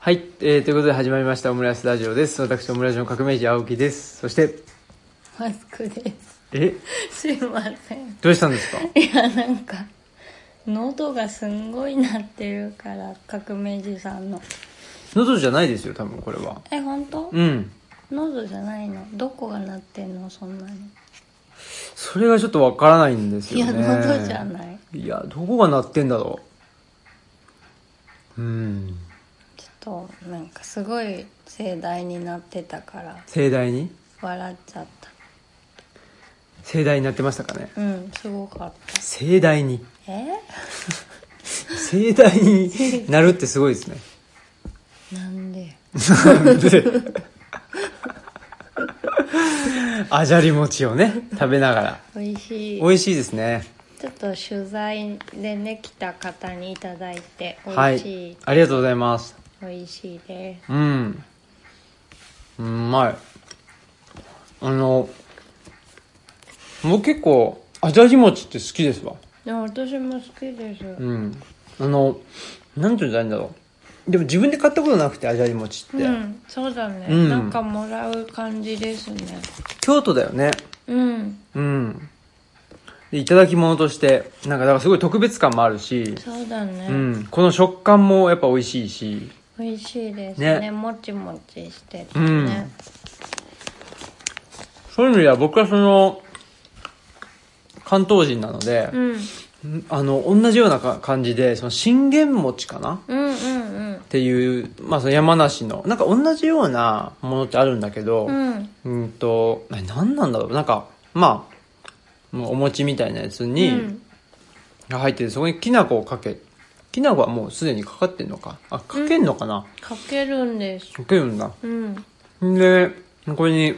はい、ということで始まりましたオムライスラジオです。私オムライスの革命児青木です。そしてマスクです。すいません。 どうしたんですか？ いや、なんか喉がすんごい鳴ってるから、革命児さんの。 喉じゃないですよ、多分これは。 本当？ うん。 喉じゃないの？どこが鳴ってんの、そんなに。 それがちょっとわからないんですよね。 いや、喉じゃない。 いや、どこが鳴ってんだろう。 ちょっとなんかすごい盛大になってたから盛大に笑っちゃった。 盛大になってましたかね。 すごかった。 盛大に盛大になるってすごいですね。 なんであじゃり餅をね食べながら。 美味しい。 美味しいですね。 ちょっと取材でね来た方にいただいて美味しい、 はい、ありがとうございます。 美味しいです。 うまい。僕結構あじゃり餅って好きですわ。 いや、私も好きです。 なんて言ったらいいんだろう。でも自分で買ったことなくて、あじゃり餅って。 そうだね、なんかもらう感じですね。 京都だよね。でいただき物としてなんかだからすごい特別感もあるし。 そうだね。 この食感もやっぱ美味しいし。 美味しいですね。もちもちしててね。 そういう意味では僕は関東人なので、同じような感じで、信玄餅かな、っていう、その山梨の、なんか同じようなものってあるんだけど、何なんだろう、なんか、もうお餅みたいなやつに、が入ってて、そこにきな粉をきな粉はもうすでにかかってんのか。かけんのかな、 かけるんです。 かけるんだ。で、これに、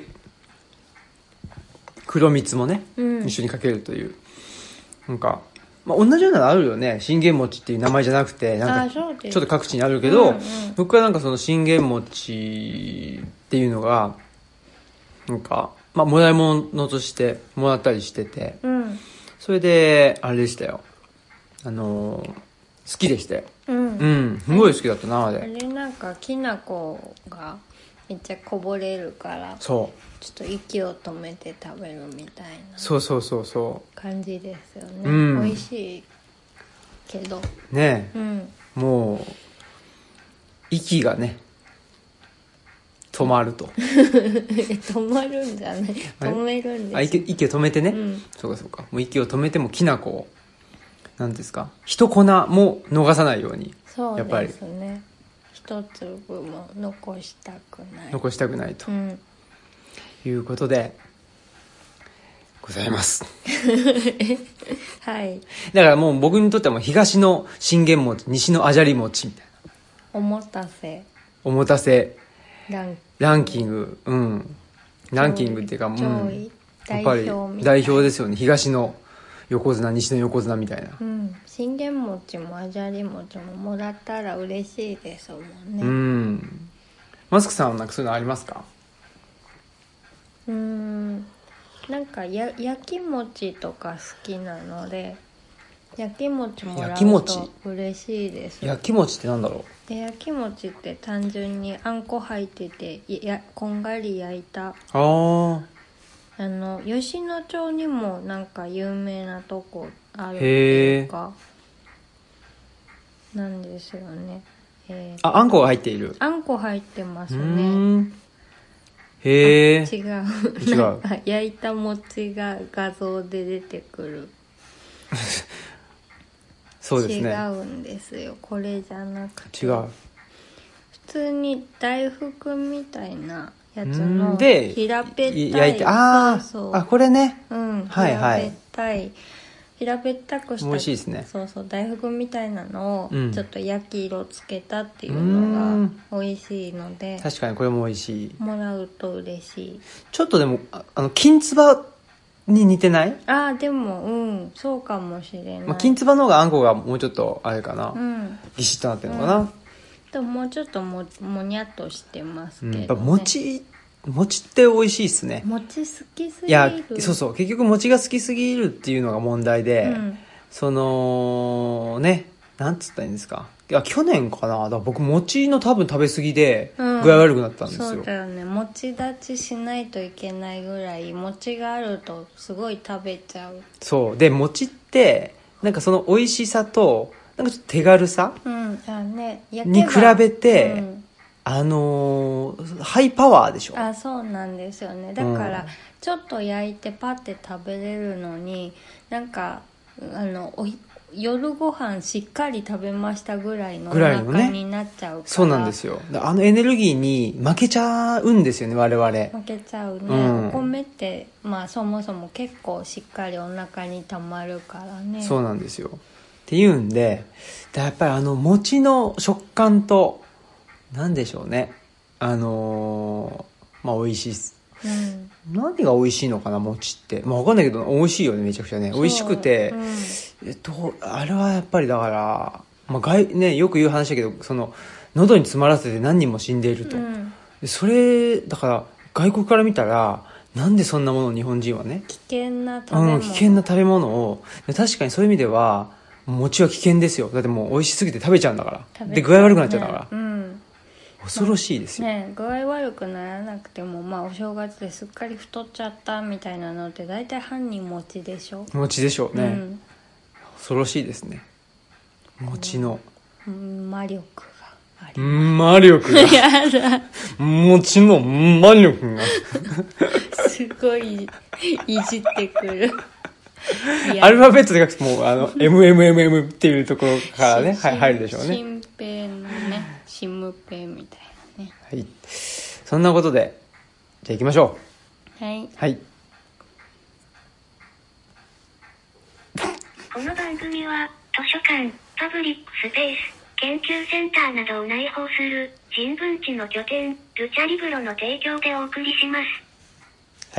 黒蜜もね、一緒にかけるという。なんか、同じようなのあるよね。信玄餅っていう名前じゃなくて、なんか、ちょっと各地にあるけど、僕はなんかその信玄餅っていうのが、なんか、もらい物としてもらったりしてて、それで、あれでしたよ。好きでしたよ。すごい好きだったな、あれ。 あれなんか、きな粉がめっちゃこぼれるから、 そう。 ちょっと息を止めて食べるみたいな。 そう感じですよね。美味しいけど。 ねえ。もう、息がね、止まると。 止まるんじゃない？止めるんです。 息を止めてね。そうか。もう息を止めてもきな粉を、なんですか、一粉も逃さないように。 そうですね。一粒も残したくない。 残したくないと。いうことで、ございます。 はい。 だからもう僕にとってはもう東の信玄餅、西のあじゃり餅みたいな。 おもたせ。 ランキング。ランキングっていうか、やっぱり代表ですよね。東の横綱、西の横綱みたいな。 信玄餅もあじゃり餅ももらったら嬉しいですもんね。 マスクさんはなんかそういうのありますか？ なんか焼き餅とか好きなので、焼き餅もらうと嬉しいです。 焼き餅ってなんだろう？焼き餅って単純にあんこ入っててこんがり焼いた。吉野町にもなんか有名なとこあるっていうかなんですよね。 あんこが入っている。 あんこ入ってますね。 違う。 なんか焼いた餅が画像で出てくる。 そうですね。 違うんですよ。これじゃなくて。 違う。 普通に大福みたいなやつの平べったい。 焼いて、これね。 平べったくした美味しいですね。 大福みたいなのをちょっと焼き色つけたっていうのが美味しいので、 確かにこれも美味しい。 もらうと嬉しい。 ちょっとでも金つばに似てない？ でもそうかもしれない。 金つばの方があんこがもうちょっとあれかな、ぎしっとなってるのかな。 でももうちょっともにゃっとしてますけどね。 餅って美味しいっすね。 餅好きすぎる。 いや、結局餅が好きすぎるっていうのが問題で、なんつったらいいんですか。 や去年かな。だから僕餅の多分食べ過ぎで具合悪くなったんですよ、 そうだよね。餅立ちしないといけないぐらい餅があるとすごい食べちゃう。 そうで餅ってなんかその美味しさとなんかちょっと手軽さ、に比べて、ハイパワーでしょ。 そうなんですよね。だからちょっと焼いてパッて食べれるのに、なんか夜ご飯しっかり食べましたぐらいのお腹になっちゃうから、 そうなんですよ。エネルギーに負けちゃうんですよね、我々。 負けちゃうね、お米ってそもそも結構しっかりお腹にたまるからね。 そうなんですよ。っていうんで、やっぱり餅の食感となんでしょうね、美味しいっす。何が美味しいのかな、餅って。分かんないけど美味しいよね、めちゃくちゃね。美味しくて、あれはやっぱりだから、よく言う話だけど、喉に詰まらせて何人も死んでいると、それだから外国から見たらなんでそんなものを日本人はね、 危険な食べ物を、確かにそういう意味では餅は危険ですよ。だってもう美味しすぎて食べちゃうんだから、で具合悪くなっちゃうんだから、恐ろしいですよ、 具合悪くならなくても、お正月ですっかり太っちゃったみたいなのって大体犯人餅でしょ。 餅でしょうね、恐ろしいですね、餅の魔力があります。魔力がやだ、 餅の魔力がすごいいじってくるアルファベットで書くともうMMMM っていうところからね入るでしょうね。 新平のね、シムペみたいなね。 はい、そんなことでじゃあ行きましょう。はい、 はい。 この番組は図書館、パブリックスペース、研究センターなどを内包する人文地の拠点ルチャリブロの提供でお送りします。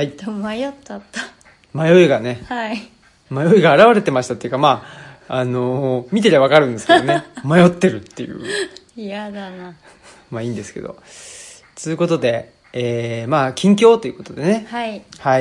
はい。 迷っちゃった。 迷いがね。 はい。 迷いが現れてましたっていうか、見てりゃわかるんですけどね。迷ってるっていう。 嫌だな。 いいんですけど。ということで、近況ということでね。 はい。 はい。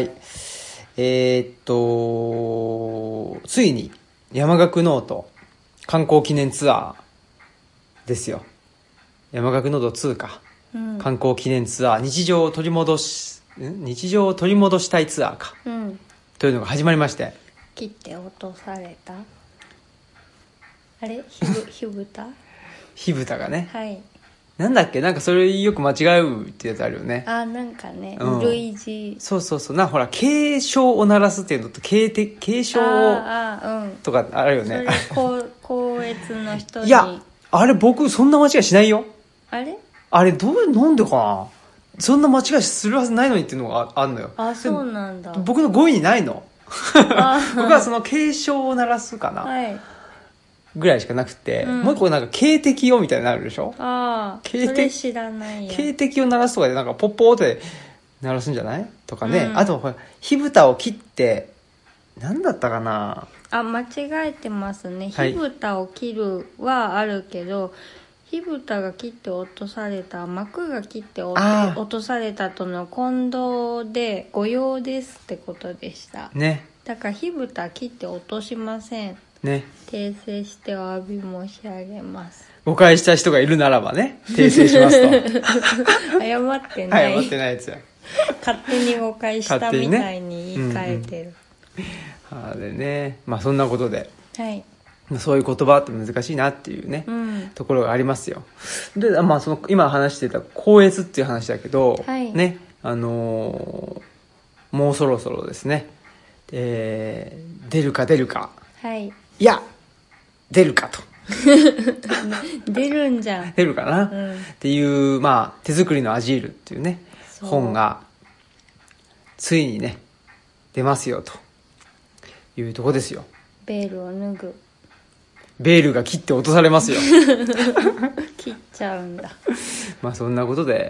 ついに山岳ノート観光記念ツアーですよ。山岳ノート2か。観光記念ツアー、日常を取り戻したいツアーか。というのが始まりまして。 切って落とされたあれ火蓋火蓋がね、 はい、 なんだっけ、なんかそれよく間違うってやつあるよね。 なんかね、類似。 そうほら警鐘を鳴らすっていうのと警鐘をとかあるよね。 それ高越の人に。 いやあれ僕そんな間違いしないよ。 あれなんでかな、そんな間違いするはずないのにっていうのがあんのよ。 そうなんだ。 僕の語彙にないの。僕はその警鐘を鳴らすかな、はい、ぐらいしかなくて、もう一個なんか警笛をみたいになるでしょ。 それ知らないや。 警笛を鳴らすとかでなんかポッポーって鳴らすんじゃないとかね、あと火蓋を切って何だったかな、 間違えてますね。火蓋を切るはあるけど、火蓋が切って落とされた、幕が切って落とされたとの混同で誤用ですってことでしたね。 だから火蓋切って落としませんね。 訂正してお詫び申し上げます。 誤解した人がいるならばね、訂正しますと。 謝ってない。 謝ってないやつや。 勝手に誤解したみたいに言い換えてる。 でね、そんなことで。 はい。 そういう言葉って難しいなっていうね、ところがありますよ。で、その今話してた高越っていう話だけど、ね、もうそろそろですね、出るか、 はい、 いや出るかと出るんじゃん、 出るかな、っていう手作りのアジールっていうね本がついにね出ますよというとこですよ。 ベールを脱ぐ。 ベールが切って落とされますよ。 切っちゃうんだ。 そんなことで、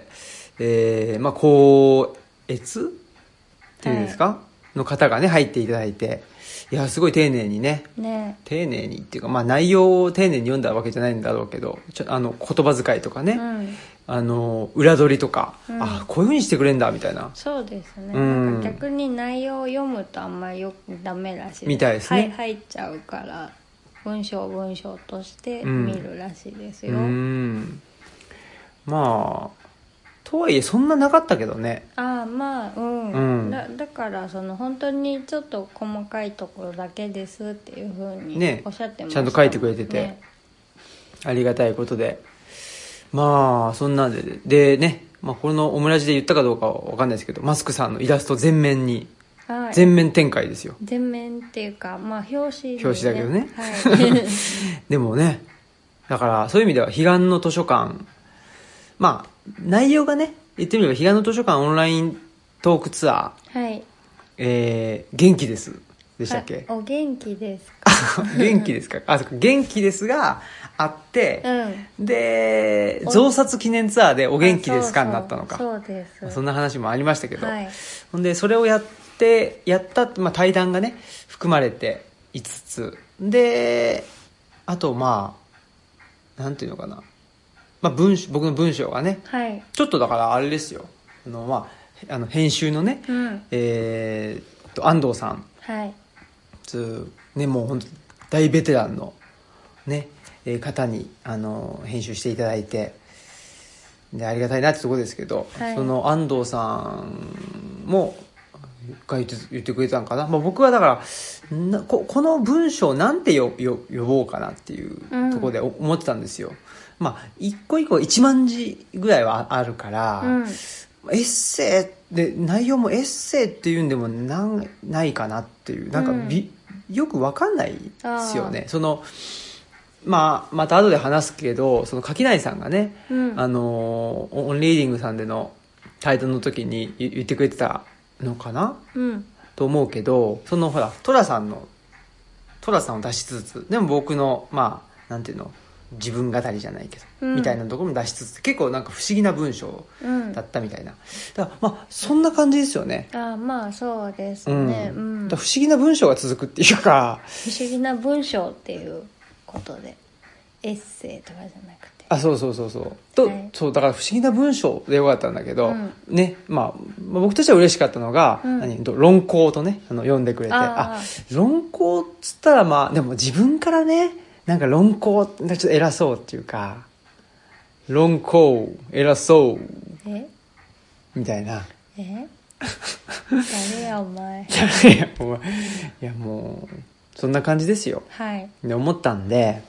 高越っていうんですか、の方がね入っていただいて、いやすごい丁寧にね、丁寧にっていうか、内容を丁寧に読んだわけじゃないんだろうけど、言葉遣いとかね、裏取りとか、こういう風にしてくれんだみたいな。 そうですね、なんか逆に内容を読むとあんまりダメらしいみたいですね。 入っちゃうから文章として見るらしいですよ。 まあとはいえそんななかったけどね。 まあだからその本当にちょっと細かいところだけですっていう風におっしゃってました、ね、 ちゃんと書いてくれてて、ね、ありがたいことで、まあそんなんでね、まあ、このオムラジで言ったかどうかは分かんないですけど、マスクさんのイラスト全面に全面展開ですよ。 全面っていうかまあ表紙、ね、 表紙だけどね、はい、でもね、だからそういう意味では彼岸の図書館、まあ内容がね、言ってみれば彼岸の図書館オンライントークツアー、はい、元気ですでしたっけ？ お元気ですか？ 元気ですか？そっか、元気ですがあって、で増刷記念ツアーでお元気ですかになったのか。 そうです。 そんな話もありましたけど、はい、ほんでそれをやった、まあ、対談がね含まれて5つで、あとまあなんていうのかな、まあ、僕の文章がね、はい、ちょっとだからあれですよ、まあ、編集のね、安藤さん、はい、ね、もう本当大ベテランの、ね、方に編集していただいて、でありがたいなってところですけど、はい、その安藤さんもが言ってくれたのかな、まあ、僕はだからこの文章なんて呼ぼうかなっていうところで思ってたんですよ。まあ、一個一個1万字ぐらいはあるから、エッセイで内容もエッセイっていうんでもないかなっていう、なんかよく分かんないですよね。また後で話すけど、その垣内さんがね、オンリーディングさんでの対談の時に言ってくれてたのかな、と思うけど、そのほらトラさんを出しつつ、でも僕のまあなんていうの、自分語りじゃないけど、みたいなところも出しつつ、結構なんか不思議な文章だったみたいな、だからまあそんな感じですよね。 まあそうですね、 だ不思議な文章が続くっていうか、 不思議な文章っていうことでエッセイとかじゃなくて、 そう、はい、そうだから不思議な文章でよかったんだけど、ね、まあ僕としては嬉しかったのが、論考とね読んでくれて、論考っつったらまあでも自分からね、なんか論考ちょっと偉そうっていうか、論考偉そうみたいな。 誰やお前。 いやもうそんな感じですよ。はい。で思ったんで、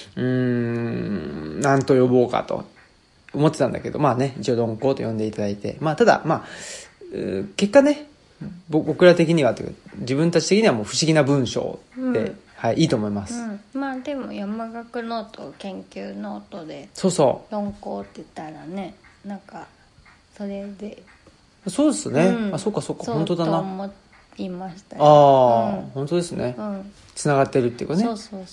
なんと呼ぼうかと思ってたんだけど、まあね、一応論考と呼んでいただいて、まあただまあ結果ね、僕ら的にはというか自分たち的にはもう不思議な文章で。はい、いいと思います、 まあでも山岳ノート研究ノートで論考って言ったらね、なんかそれでそうですね、そうか本当だなと思いましたよ。本当ですね、つながってるっていうかね、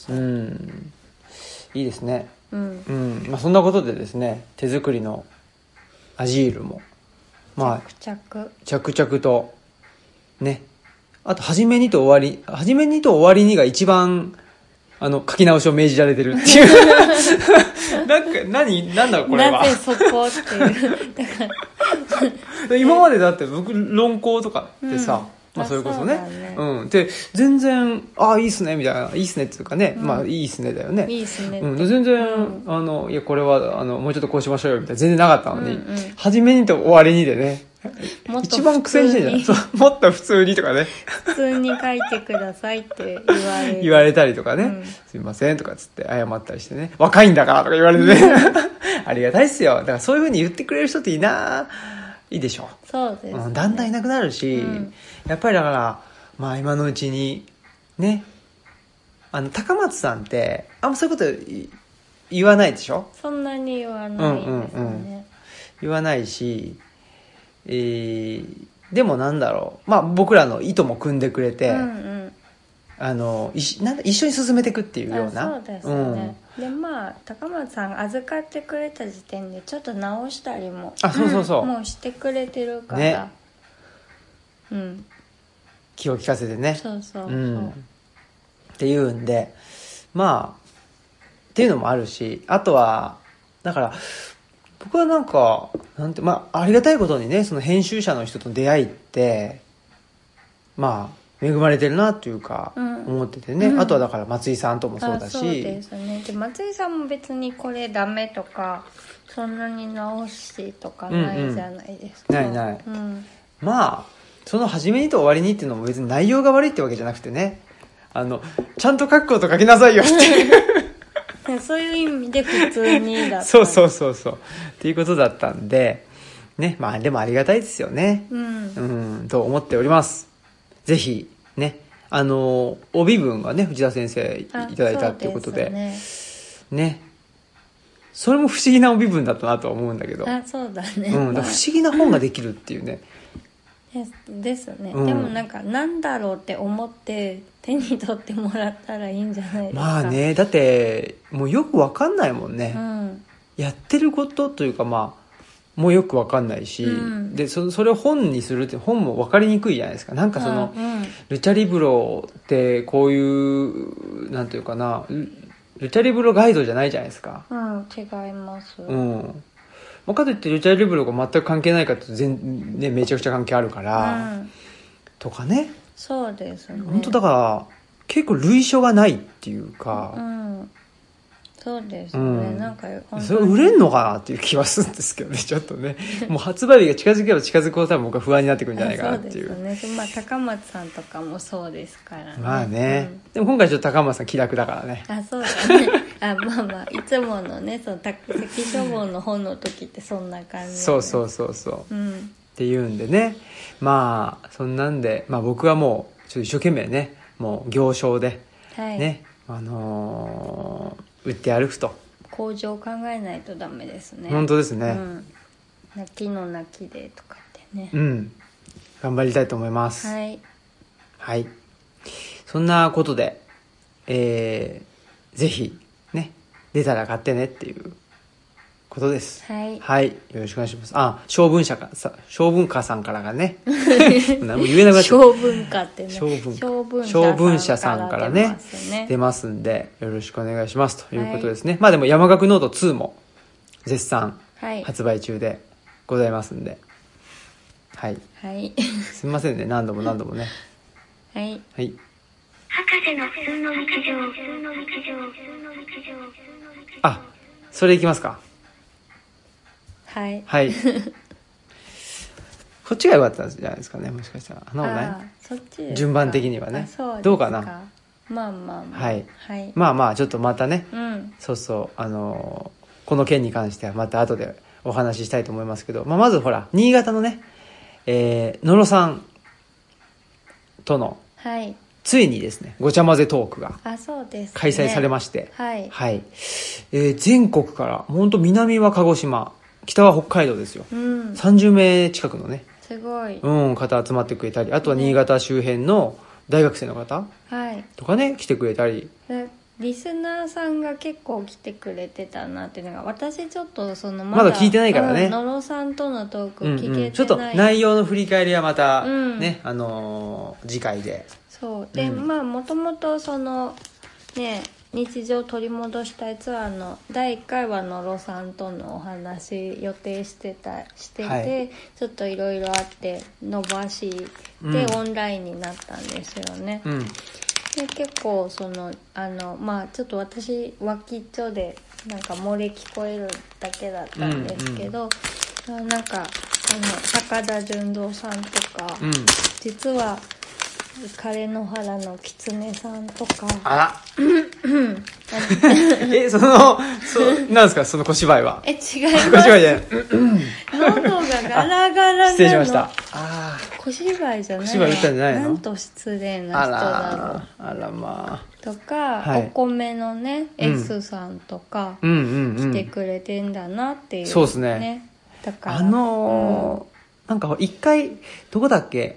いいですね、まあ、そんなことでですね、手作りのアジールもまあ着々とね、あと初めにと終わりにが一番書き直しを命じられてるっていうなんかなんだこれはなぜそこっていうだから今までだって僕論考とかってさ、まあそれこそね、で全然いいっすねみたいな、いいっすねっていうかね、まあいいっすねだよね、 いいっすねで全然、いやこれはもうちょっとこうしましょうよみたいな全然なかったのに、初めにと終わりにでね、一番苦戦してんじゃん。もっと普通にとかね。 普通に書いてくださいって言われたりとかね、すいませんとかつって謝ったりしてね、若いんだからとか言われてね、ありがたいっすよ。だからそういう風に言ってくれる人っていいでしょ。 そうです、ね、 だんだんいなくなるし、やっぱりだからまあ今のうちにね、高松さんってあんまそういうこと言わないでしょ。 そんなに言わないですね、 言わないし、でもなんだろう、まあ僕らの意図も組んでくれて、一緒に進めていくっていうような。 そうですね、でまあ高松さんが預かってくれた時点でちょっと直したりももうしてくれてるから、ね、 気を利かせてね、 そうっていうんで、まあっていうのもあるし、あとはだから僕はなんかまあありがたいことにね、その編集者の人と出会いってまあ恵まれてるなっていうか、思っててね、あとはだから松井さんともそうだし。 そうですね。で松井さんも別にこれダメとかそんなに直しとかないじゃないですか。 ない、まあその初めにと終わりにっていうのも別に内容が悪いってわけじゃなくてね、ちゃんと書くこと書きなさいよってそういう意味で普通にだったそうっていうことだったんでね、まあでもありがたいですよね、と思っております。ぜひね、帯文がね藤田先生いただいたっていうことでね、それも不思議な帯文だったなとは思うんだけど、 そうだね、 不思議な本ができるっていうねですね、でもなんだろうって思って手に取ってもらったらいいんじゃないですか。 まあね、だってもうよくわかんないもんね、やってることというかまあもうよくわかんないし、でそれを本にするって本もわかりにくいじゃないですか。なんかルチャリブロってこういうなんていうかな、ルチャリブロガイドじゃないじゃないですか。 違います。 かといってルチャリブロが全く関係ないかってね、めちゃくちゃ関係あるから、とかね。 そうですね。 本当だから結構類書がないっていうか、 そうですね、なんかそれ売れんのかなっていう気はするんですけどね、ちょっとねもう発売日が近づけば近づくほど多分僕は不安になってくるんじゃないかなっていう。 そうですね、高松さんとかもそうですからね。 まあね、でも今回ちょっと高松さん気楽だからね。 そうだねまあいつものね、その関書房の本の時ってそんな感じ、ね、 そう、っていうんでね、まあそんなんで、まあ僕はもうちょっと一生懸命ね、もう行商でね、売って歩くと。 工場を考えないとダメですね。 本当ですね、 泣きの泣きでとかってね、 頑張りたいと思います。 はい、 そんなことで、ぜひね出たら買ってねっていうことです。はい、よろしくお願いします。小文化さんからがね何も言えなくなっちゃう。 小文化ってね、 小文社さんからね出ますんでよろしくお願いしますということですね。まあでも山岳ノート2も絶賛発売中でございますんで、すみませんね、何度もね。 博士の普通の日常。 それいきますか。こっちが良かったんじゃないですかね、もしかしたら。 そっちですか。 順番的にはね。どうかな。まあちょっとまたね、この件に関してはまた後でお話ししたいと思いますけど、まずほら新潟のね、野呂さんとの、ついにですねごちゃ混ぜトークが開催されまして、全国から本当南は鹿児島、北は北海道ですよ、30名近くのねすごい、 方集まってくれたり、あとは新潟周辺の大学生の方とかね来てくれたり、 リスナーさんが結構来てくれてたなっていうのが、私ちょっとまだ聞いてないからね、 野呂さんとのトーク聞けてない、 ちょっと内容の振り返りはまたね、次回で。 そうで、もともとそのね日常を取り戻したいツアーの第1回は野呂さんとのお話予定してて、ちょっといろいろあって伸ばしで、オンラインになったんですよね。で結構ちょっと私脇っちょでなんか漏れ聞こえるだけだったんですけど、なんか高田純三さんとか、実は枯野原の狐さんとか、 なんですかその小芝居は。 違います。小芝居じゃない。 喉がガラガラなの。 失礼しました。 小芝居じゃない。 小芝居打ったんじゃないの。 なんと失礼な人だろう。 あらまあ。 とか、お米のね、S さんとか来てくれてんだなっていう。 そうですね。 だからなんか一回どこだっけ、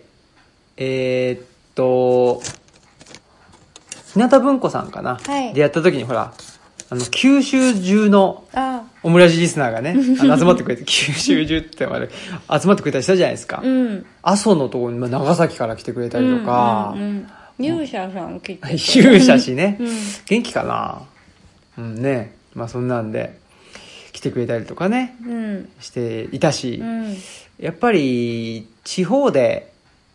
日向文庫さんかな、でやった時にほら九州中のオムラジリスナーがね集まってくれて、九州中ってまで集まってくれたりしたじゃないですか。阿蘇のところに長崎から来てくれたりとか、 勇者さん来て、 勇者氏ね、元気かな、ね、そんなんで来てくれたりとかね、していたし、やっぱり地方で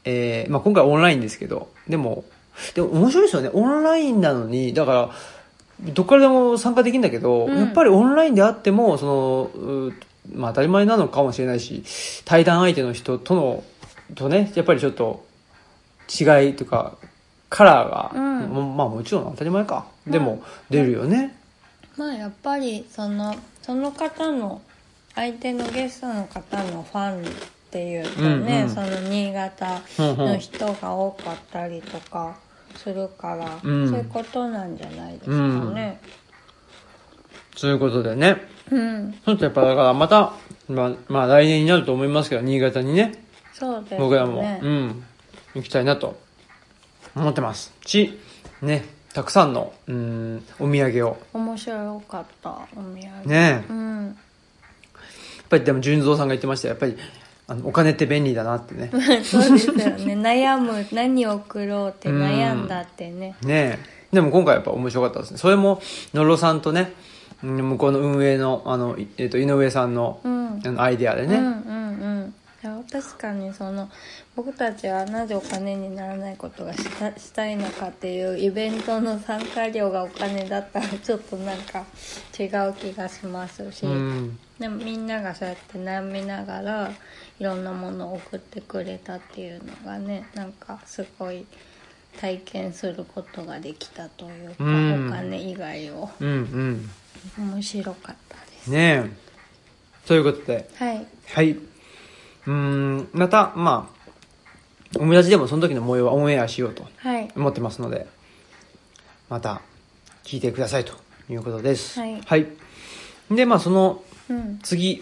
まあ今回オンラインですけど、でも面白いですよね。オンラインなのに、だから、どっからでも参加できるんだけど、やっぱりオンラインであっても、まあ当たり前なのかもしれないし、対談相手の人とね、やっぱりちょっと違いというか、カラーが、まあもちろん当たり前か。でも出るよね。 まあやっぱりその方の、相手のゲストの方のファンっていうとね、その新潟の人が多かったりとかするから、そういうことなんじゃないですかね。 そういうことでね。ちょっとやっぱだからまた、まあ来年になると思いますけど、新潟にね。 そうですね。 僕らも、行きたいなと思ってますし、ね、たくさんの、お土産を。 面白かった、お土産。 ねやっぱりでも純三さんが言ってましたよ。やっぱり、お金って便利だなってね。 そうですよね。何を送ろうって悩んだってね。 ねでも今回やっぱ面白かったですね。それも、野呂さんとね、向こうの運営の、井上さんの、アイデアでね。 確かに僕たちはなぜお金にならないことがしたいのかっていうイベントの参加料がお金だったらちょっとなんか違う気がしますし、でもみんながそうやって悩みながらいろんなものを送ってくれたっていうのがね、なんかすごい体験することができたというか、お金以外を、面白かったですねえ。ということで、はい。また、まあ、オムラジでもその時の模様はオンエアしようと思ってますので、また聞いてくださいということです。はい。で、まあその次、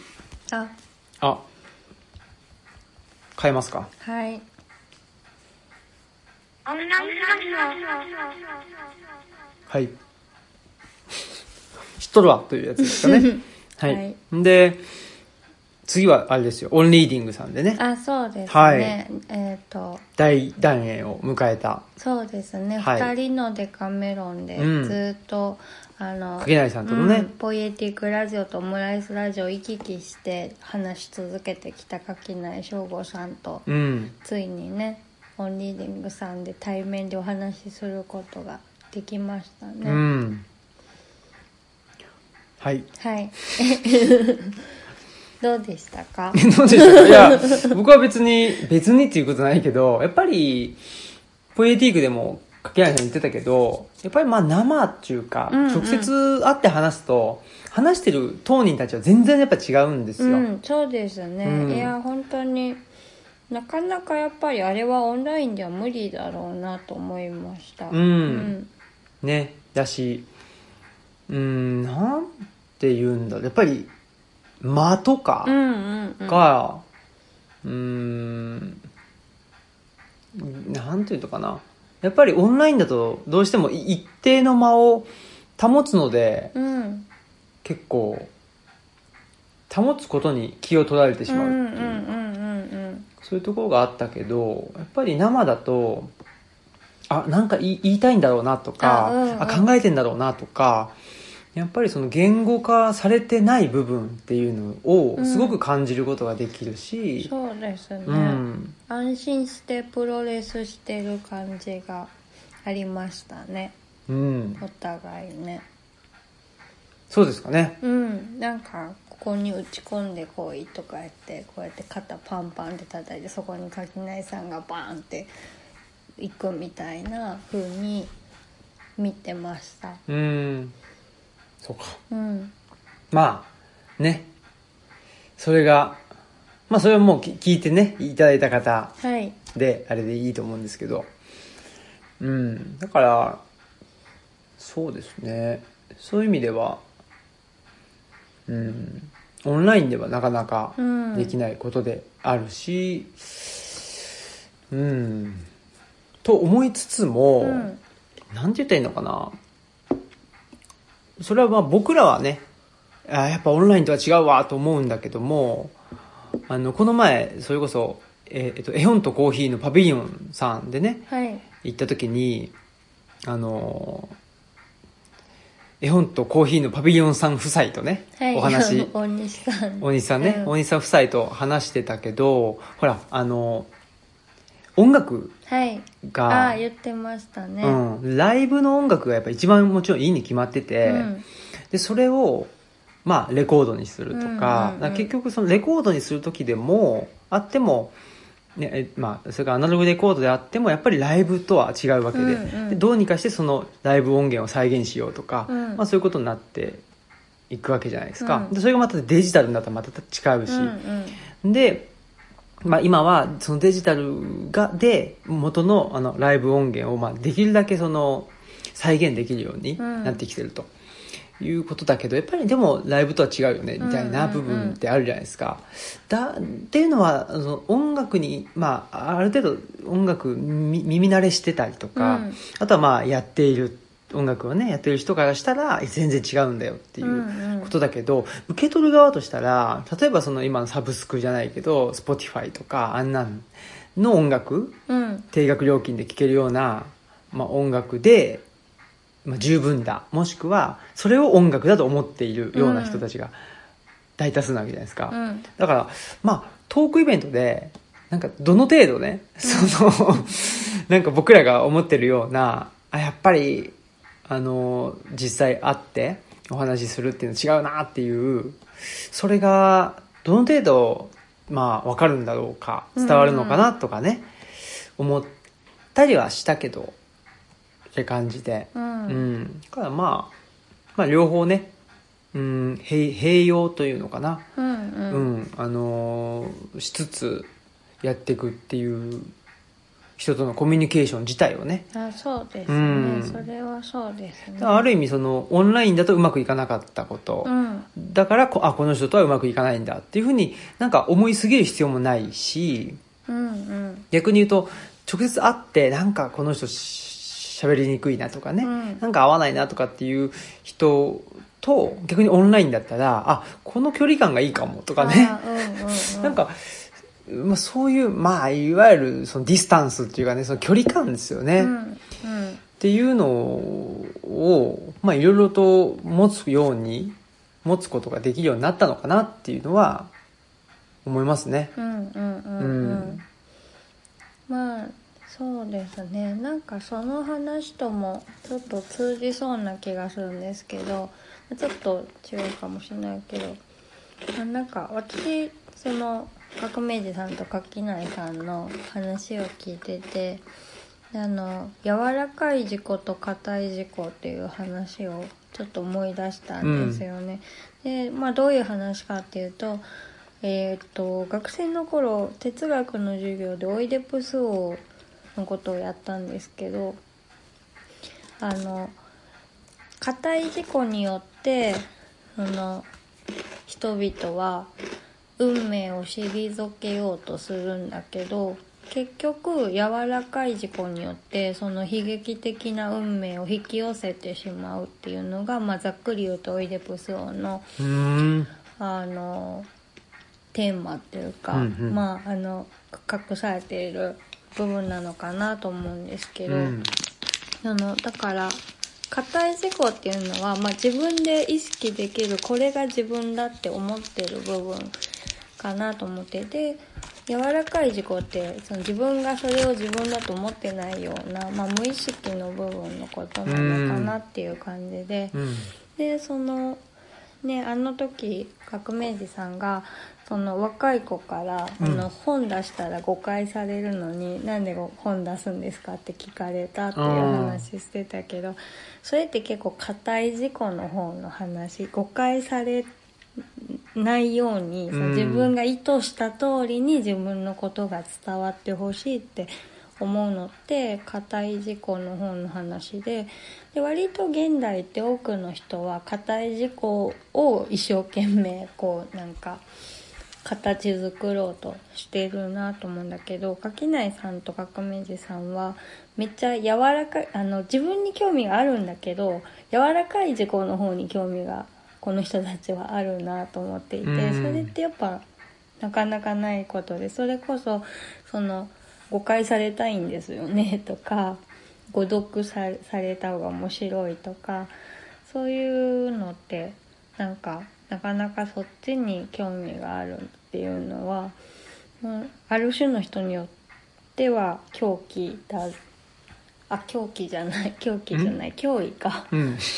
変えますか？ はい。 はい。知っとるわというやつですかね。はい。で、次はあれですよ、オンリーディングさんでね。 そうですね。 大団円を迎えた。 そうですね。2人のデカメロンでずっと、 柿内さんとのね、 ポイエティックラジオとオムライスラジオを行き来して話し続けてきた柿内翔吾さんと、ついにね、オンリーディングさんで対面でお話しすることができましたね。 はい。 どうでしたか？ どうでしたか？いや、僕は別にっていうことないけど、やっぱり、ポエティークでも、柿原さん言ってたけど、やっぱりまあ生っていうか、直接会って話すと、話してる当人たちは全然やっぱ違うんですよ。 そうですね。いや、本当に、なかなかやっぱりあれはオンラインでは無理だろうなと思いました。 ね、だし、なんて言うんだろう。やっぱり、間とかが、なんていうのかな。やっぱりオンラインだとどうしても一定の間を保つので、結構、保つことに気を取られてしまうっていう、そういうところがあったけど、やっぱり生だと、なんか言いたいんだろうなとか、考えてんだろうなとか、やっぱりその言語化されてない部分っていうのをすごく感じることができるし、 そうですね、安心してプロレスしてる感じがありましたね、お互いね。 そうですかね。 なんかここに打ち込んでこいとか言ってこうやって肩パンパンって叩いてそこに垣内さんがバーンって行くみたいな風に見てました。 そうか。まあね、それがそれはもう聞いてねいただいた方で、あれでいいと思うんですけど、だからそうですね、そういう意味ではオンラインではなかなかできないことであるし、と思いつつも、なんて言ったらいいのかな、それはまあ僕らはね、やっぱオンラインとは違うわと思うんだけども、この前それこそ、絵本とコーヒーのパビリオンさんでね、行った時に絵本とコーヒーのパビリオンさん夫妻とね、お話、大西さんね、大西さん夫妻と話してたけど、ほら音楽が、 言ってましたね、 ライブの音楽がやっぱ一番もちろんいいに決まってて、でそれをまあレコードにするとか、結局そのレコードにする時でもあっても、ね、まあそれからアナログレコードであってもやっぱりライブとは違うわけで、でどうにかしてそのライブ音源を再現しようとか、まあそういうことになっていくわけじゃないですか、でそれがまたデジタルになったらまた違うし、でまあ、今はそのデジタルで元のライブ音源をまあできるだけその再現できるようになってきてるということだけど、やっぱりでもライブとは違うよねみたいな部分ってあるじゃないですか。っていうのは音楽に、まあ、ある程度音楽耳慣れしてたりとか、あとはまあやっている音楽をねやってる人からしたら全然違うんだよっていうことだけど、受け取る側としたら例えばその今のサブスクじゃないけど Spotify とかあんなんの音楽、定額料金で聴けるような、まあ、音楽で、まあ、十分だ、もしくはそれを音楽だと思っているような人たちが大多数なわけじゃないですか、だからまあトークイベントでなんかどの程度ね、なんか僕らが思ってるようなやっぱり実際会ってお話しするっていうの違うなっていう、それがどの程度まあ分かるんだろうか、伝わるのかなとかね、思ったりはしたけどって感じで、だからまあ両方ね、併用というのかな、しつつやっていくっていう人とのコミュニケーション自体をね。 そうですね、それはそうですね。 ある意味そのオンラインだとうまくいかなかったこと、だからこの人とはうまくいかないんだっていうふうになんか思いすぎる必要もないし、逆に言うと直接会ってなんかこの人喋りにくいなとかね、なんか合わないなとかっていう人と逆にオンラインだったらこの距離感がいいかもとかね、なんかまあ、そういう、まあ、いわゆるそのディスタンスっていうかね、その距離感ですよね、っていうのを、まあ、いろいろと持つことができるようになったのかなっていうのは思いますね。 まあそうですね、なんかその話ともちょっと通じそうな気がするんですけど、ちょっと違うかもしれないけど、なんか私その革命児さんと垣内さんの話を聞いてて、柔らかい事故と硬い事故っていう話をちょっと思い出したんですよね、で、まあ、どういう話かっていうと、学生の頃哲学の授業でオイデプス王のことをやったんですけど、硬い事故によって人々は運命を退けようとするんだけど、結局柔らかい事故によってその悲劇的な運命を引き寄せてしまうっていうのが、まあ、ざっくり言うとオイデプス王のテーマっていうか、まあ隠されている部分なのかなと思うんですけど、だから硬い事故っていうのは、まあ、自分で意識できるこれが自分だって思ってる部分かなと思ってて、柔らかい事故ってその自分がそれを自分だと思ってないような、まあ、無意識の部分のことなのかなっていう感じで、でそのね、あの時革命児さんがその若い子から、本出したら誤解されるのになんで本出すんですかって聞かれたっていう話してたけど、それって結構硬い事故の方の話、誤解されないように、自分が意図した通りに自分のことが伝わってほしいって思うのって硬い事故の方の話で、割と現代って多くの人は硬い事故を一生懸命こうなんか形作ろうとしてるなと思うんだけど、垣内さんと革命児さんはめっちゃ柔らかい、自分に興味があるんだけど柔らかい事故の方に興味がこの人たちはあるなと思っていて、それってやっぱなかなかないことで、それこそその誤解されたいんですよねとか、誤読された方が面白いとか、そういうのってなんかなかなかそっちに興味があるっていうのは、ある種の人によっでは狂気だ、狂気じゃない脅威か、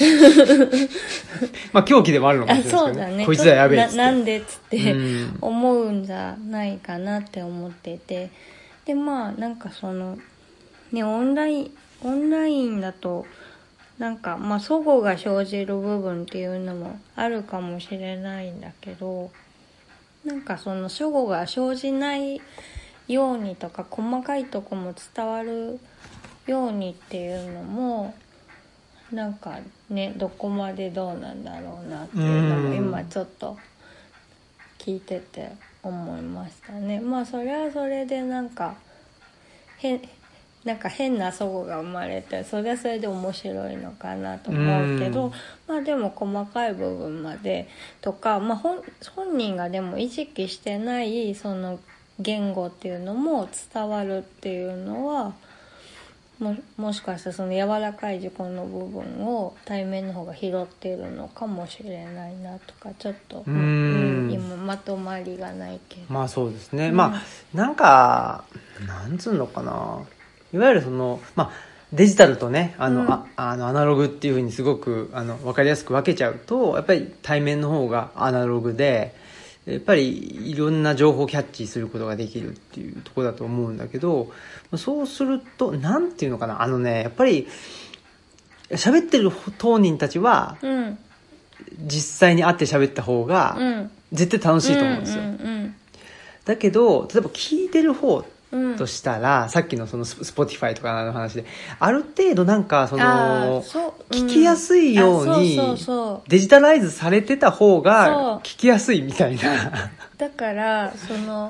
まあ狂気でもあるのかもしれないですけど、 そうだね、 こいつはやべえっつってなんでっつって思うんじゃないかなって思ってて、でまあなんかそのねオンラインだとなんかまあ齟齬が生じる部分っていうのもあるかもしれないんだけど、なんかその齟齬が生じないようにとか細かいとこも伝わるようにっていうのもなんかねどこまでどうなんだろうなっていうのも今ちょっと聞いてて思いましたね。まあそれはそれでなんか変な齟齬が生まれてそれはそれで面白いのかなと思うけど、まあでも細かい部分までとか、まあ、本人がでも意識してないその言語っていうのも伝わるっていうのはもしかしたらその柔らかい自己の部分を対面の方が拾っているのかもしれないなとかちょっと、今まとまりがないけど、 まあそうですね、まあなんかなんつうのかな、いわゆるそのまあデジタルとねアナログっていう風にすごく分かりやすく分けちゃうとやっぱり対面の方がアナログでやっぱりいろんな情報をキャッチすることができるっていうところだと思うんだけど、そうするとなんていうのかな、やっぱり喋ってる当人たちは、実際に会って喋った方が絶対楽しいと思うんですよ、だけど例えば聞いてる方としたら、さっきのそのSpotify とかの話である程度なんかその聞きやすいようにデジタライズされてた方が聞きやすいみたいなだからその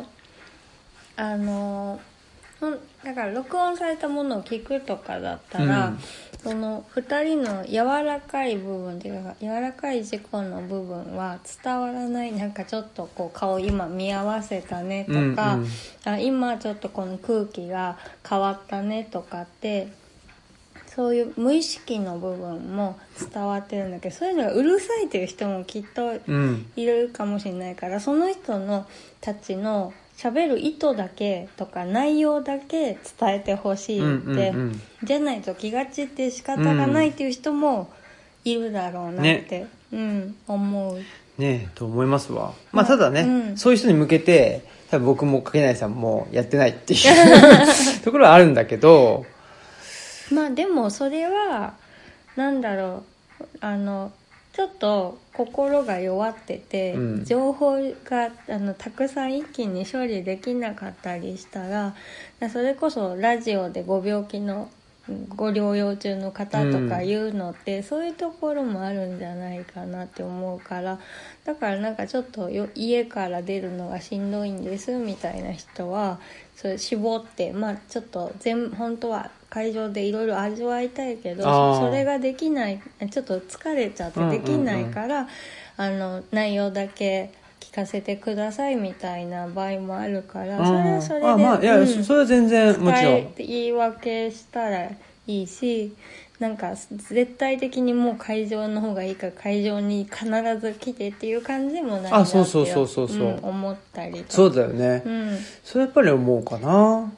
だから録音されたものを聞くとかだったら、その2人の柔らかい部分っていうか柔らかい自己の部分は伝わらない。なんかちょっとこう顔今見合わせたねとか、今ちょっとこの空気が変わったねとかってそういう無意識の部分も伝わってるんだけど、そういうのがうるさいっていう人もきっといるかもしれないから、その人のたちの喋る意図だけとか内容だけ伝えてほしいって、じゃないと気が散って仕方がないっていう人もいるだろうなって、思うねと思いますわ。まあただね、そういう人に向けて多分僕もかけないさんもやってないっていうところはあるんだけど、 まあでもそれはなんだろう、ちょっと心が弱ってて、情報がたくさん一気に処理できなかったりしたら、それこそラジオでご病気のご療養中の方とか言うのって、そういうところもあるんじゃないかなって思うから、だからなんかちょっと家から出るのがしんどいんですみたいな人はそれ絞って、まあちょっと本当は会場でいろいろ味わいたいけど、それができない、ちょっと疲れちゃってできないから、内容だけ聞かせてくださいみたいな場合もあるから、それはそれで、 それは全然もちろん言い訳したらいいし、なんか絶対的にもう会場の方がいいから会場に必ず来てっていう感じでもないなって思ったりとか。 そうだよね、それやっぱり思うかな。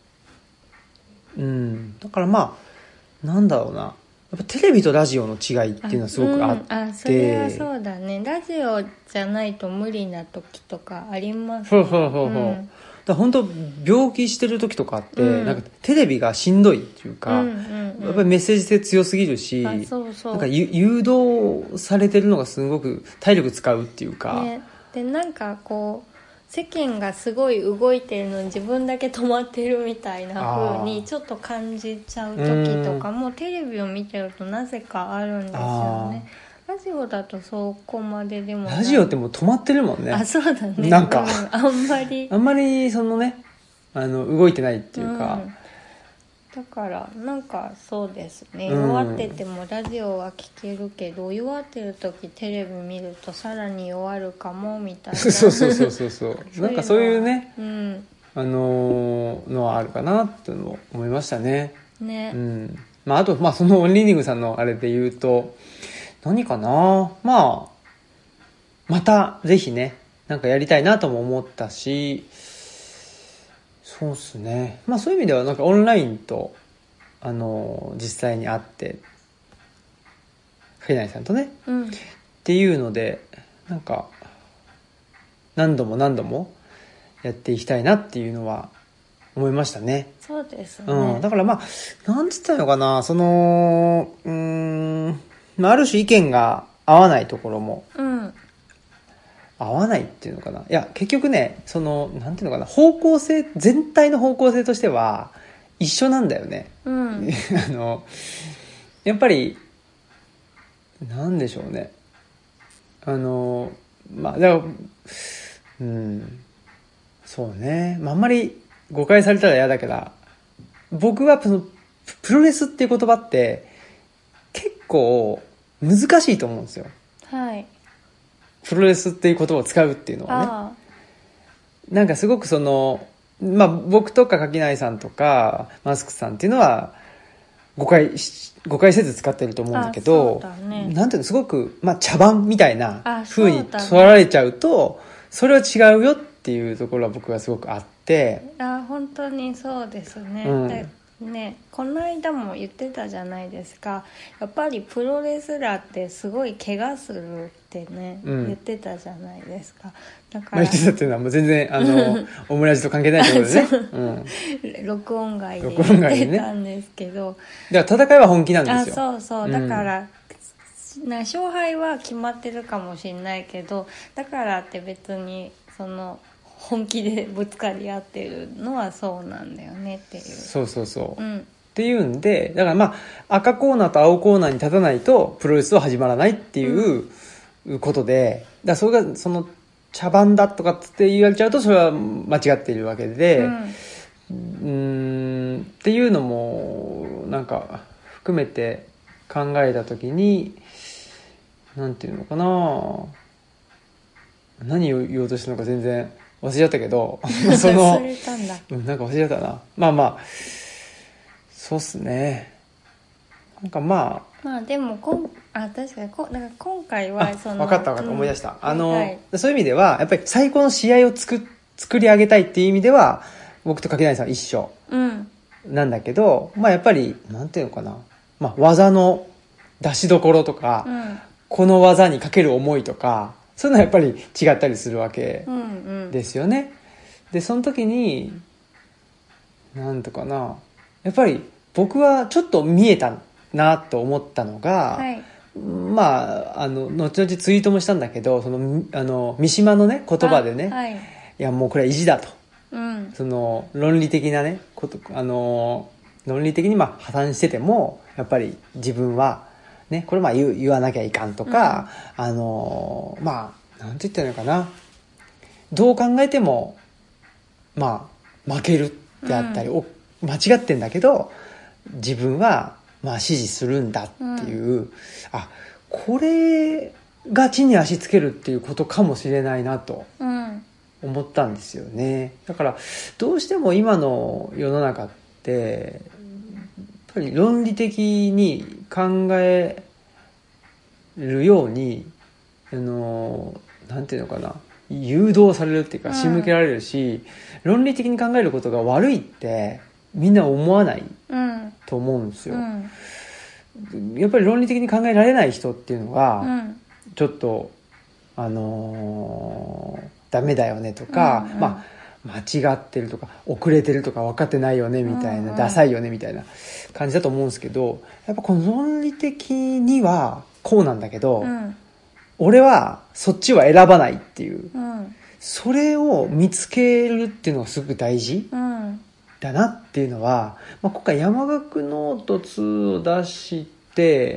だからまあなんだろうな、やっぱテレビとラジオの違いっていうのはすごくあって、 それはそうだね。ラジオじゃないと無理な時とかありますね。だ本当病気してる時とかって、なんかテレビがしんどいっていうか、やっぱりメッセージ性強すぎるし、なんか誘導されてるのがすごく体力使うっていうか、 でなんかこう世間がすごい動いてるのに自分だけ止まってるみたいな風にちょっと感じちゃう時とかもテレビを見てるとなぜかあるんですよね。ラジオだとそこまででもない。 ラジオってもう止まってるもんね。 そうだね。 なんか、 あんまりそのね動いてないっていうか、 だからなんかそうですね、弱っててもラジオは聞けるけど弱ってる時テレビ見るとさらに弱るかもみたいなそうなんかそういうね、のはあるかなっていうのを思いましたね。あとそのオンリーディングさんのあれで言うと何かな、またぜひねなんかやりたいなとも思ったし、 そうっすね。まあそういう意味ではなんかオンラインと実際に会ってフェナイさんとね、っていうのでなんか何度もやっていきたいなっていうのは思いましたね。 そうですね。 だからまあなんつったのかな、まあ、ある種意見が合わないところも、合わないっていうのかな。いや結局ね、なんていうのかな、方向性、全体の方向性としては一緒なんだよね。やっぱりなんでしょうね。まあだからそうね。まああんまり誤解されたら嫌だけど、僕はプロレスっていう言葉って結構難しいと思うんですよ。 はい。 プロレスっていう言葉を使うっていうのはね。なんかすごくまあ僕とか垣内さんとかマスクさんっていうのは誤解せず使ってると思うんだけど、なんていうの、すごくまあ茶番みたいな風に取られちゃうと、それは違うよっていうところは僕はすごくあって。 本当にそうですね。ね、この間も言ってたじゃないですか。やっぱりプロレスラーってすごい怪我するってね、言ってたじゃないですか。だから言ってたっていうのはもう全然オムラジと関係ないってことでね。録音外で言ってたんですけど、 だから戦いは本気なんですよ。 そうそう。だから、勝敗は決まってるかもしれないけど、だからって別に本気でぶつかり合ってるのはそうなんだよねっていう。そう、っていうんで、だからまあ赤コーナーと青コーナーに立たないとプロレスは始まらないっていうことで、だからそれが茶番だとかって言われちゃうとそれは間違っているわけで、っていうのもなんか含めて考えたときに、なんていうのかな、何を言おうとしたのか全然忘れちゃったけど忘れたんだ。 なんか忘れちゃったな。まあそうっすね。なんかまあでも確かにだから今回は分かった思い出した。そういう意味ではやっぱり最高の試合を作り上げたいっていう意味では僕と垣内さん一緒なんだけど、まあやっぱりなんていうのかな、まあ技の出しどころとか、この技にかける思いとか、そういうのはやっぱり違ったりするわけですよね。でその時になんとかな、やっぱり僕はちょっと見えたなと思ったのが、まあ後々ツイートもしたんだけど、三島のね言葉でね、いやもうこれは意地だと、論理的なね論理的にまあ破綻しててもやっぱり自分はね、これまあ言わなきゃいかんとか、まあなんて言ったらいいのかな、どう考えてもまあ負けるであったり、間違ってんだけど自分はまあ支持するんだっていう、これが地に足つけるっていうことかもしれないなと思ったんですよね。だからどうしても今の世の中ってやっぱり論理的に考えるようになんていうのかな、誘導されるっていうか仕向けられるし、論理的に考えることが悪いってみんな思わないと思うんですよ。やっぱり論理的に考えられない人っていうのがちょっとダメだよねとか、まあ間違ってるとか遅れてるとか分かってないよねみたいな、ダサいよねみたいな感じだと思うんですけど、やっぱこの論理的にはこうなんだけど、俺はそっちは選ばないっていう、それを見つけるっていうのがすごく大事だなっていうのは、今回山岳ノート2を出して、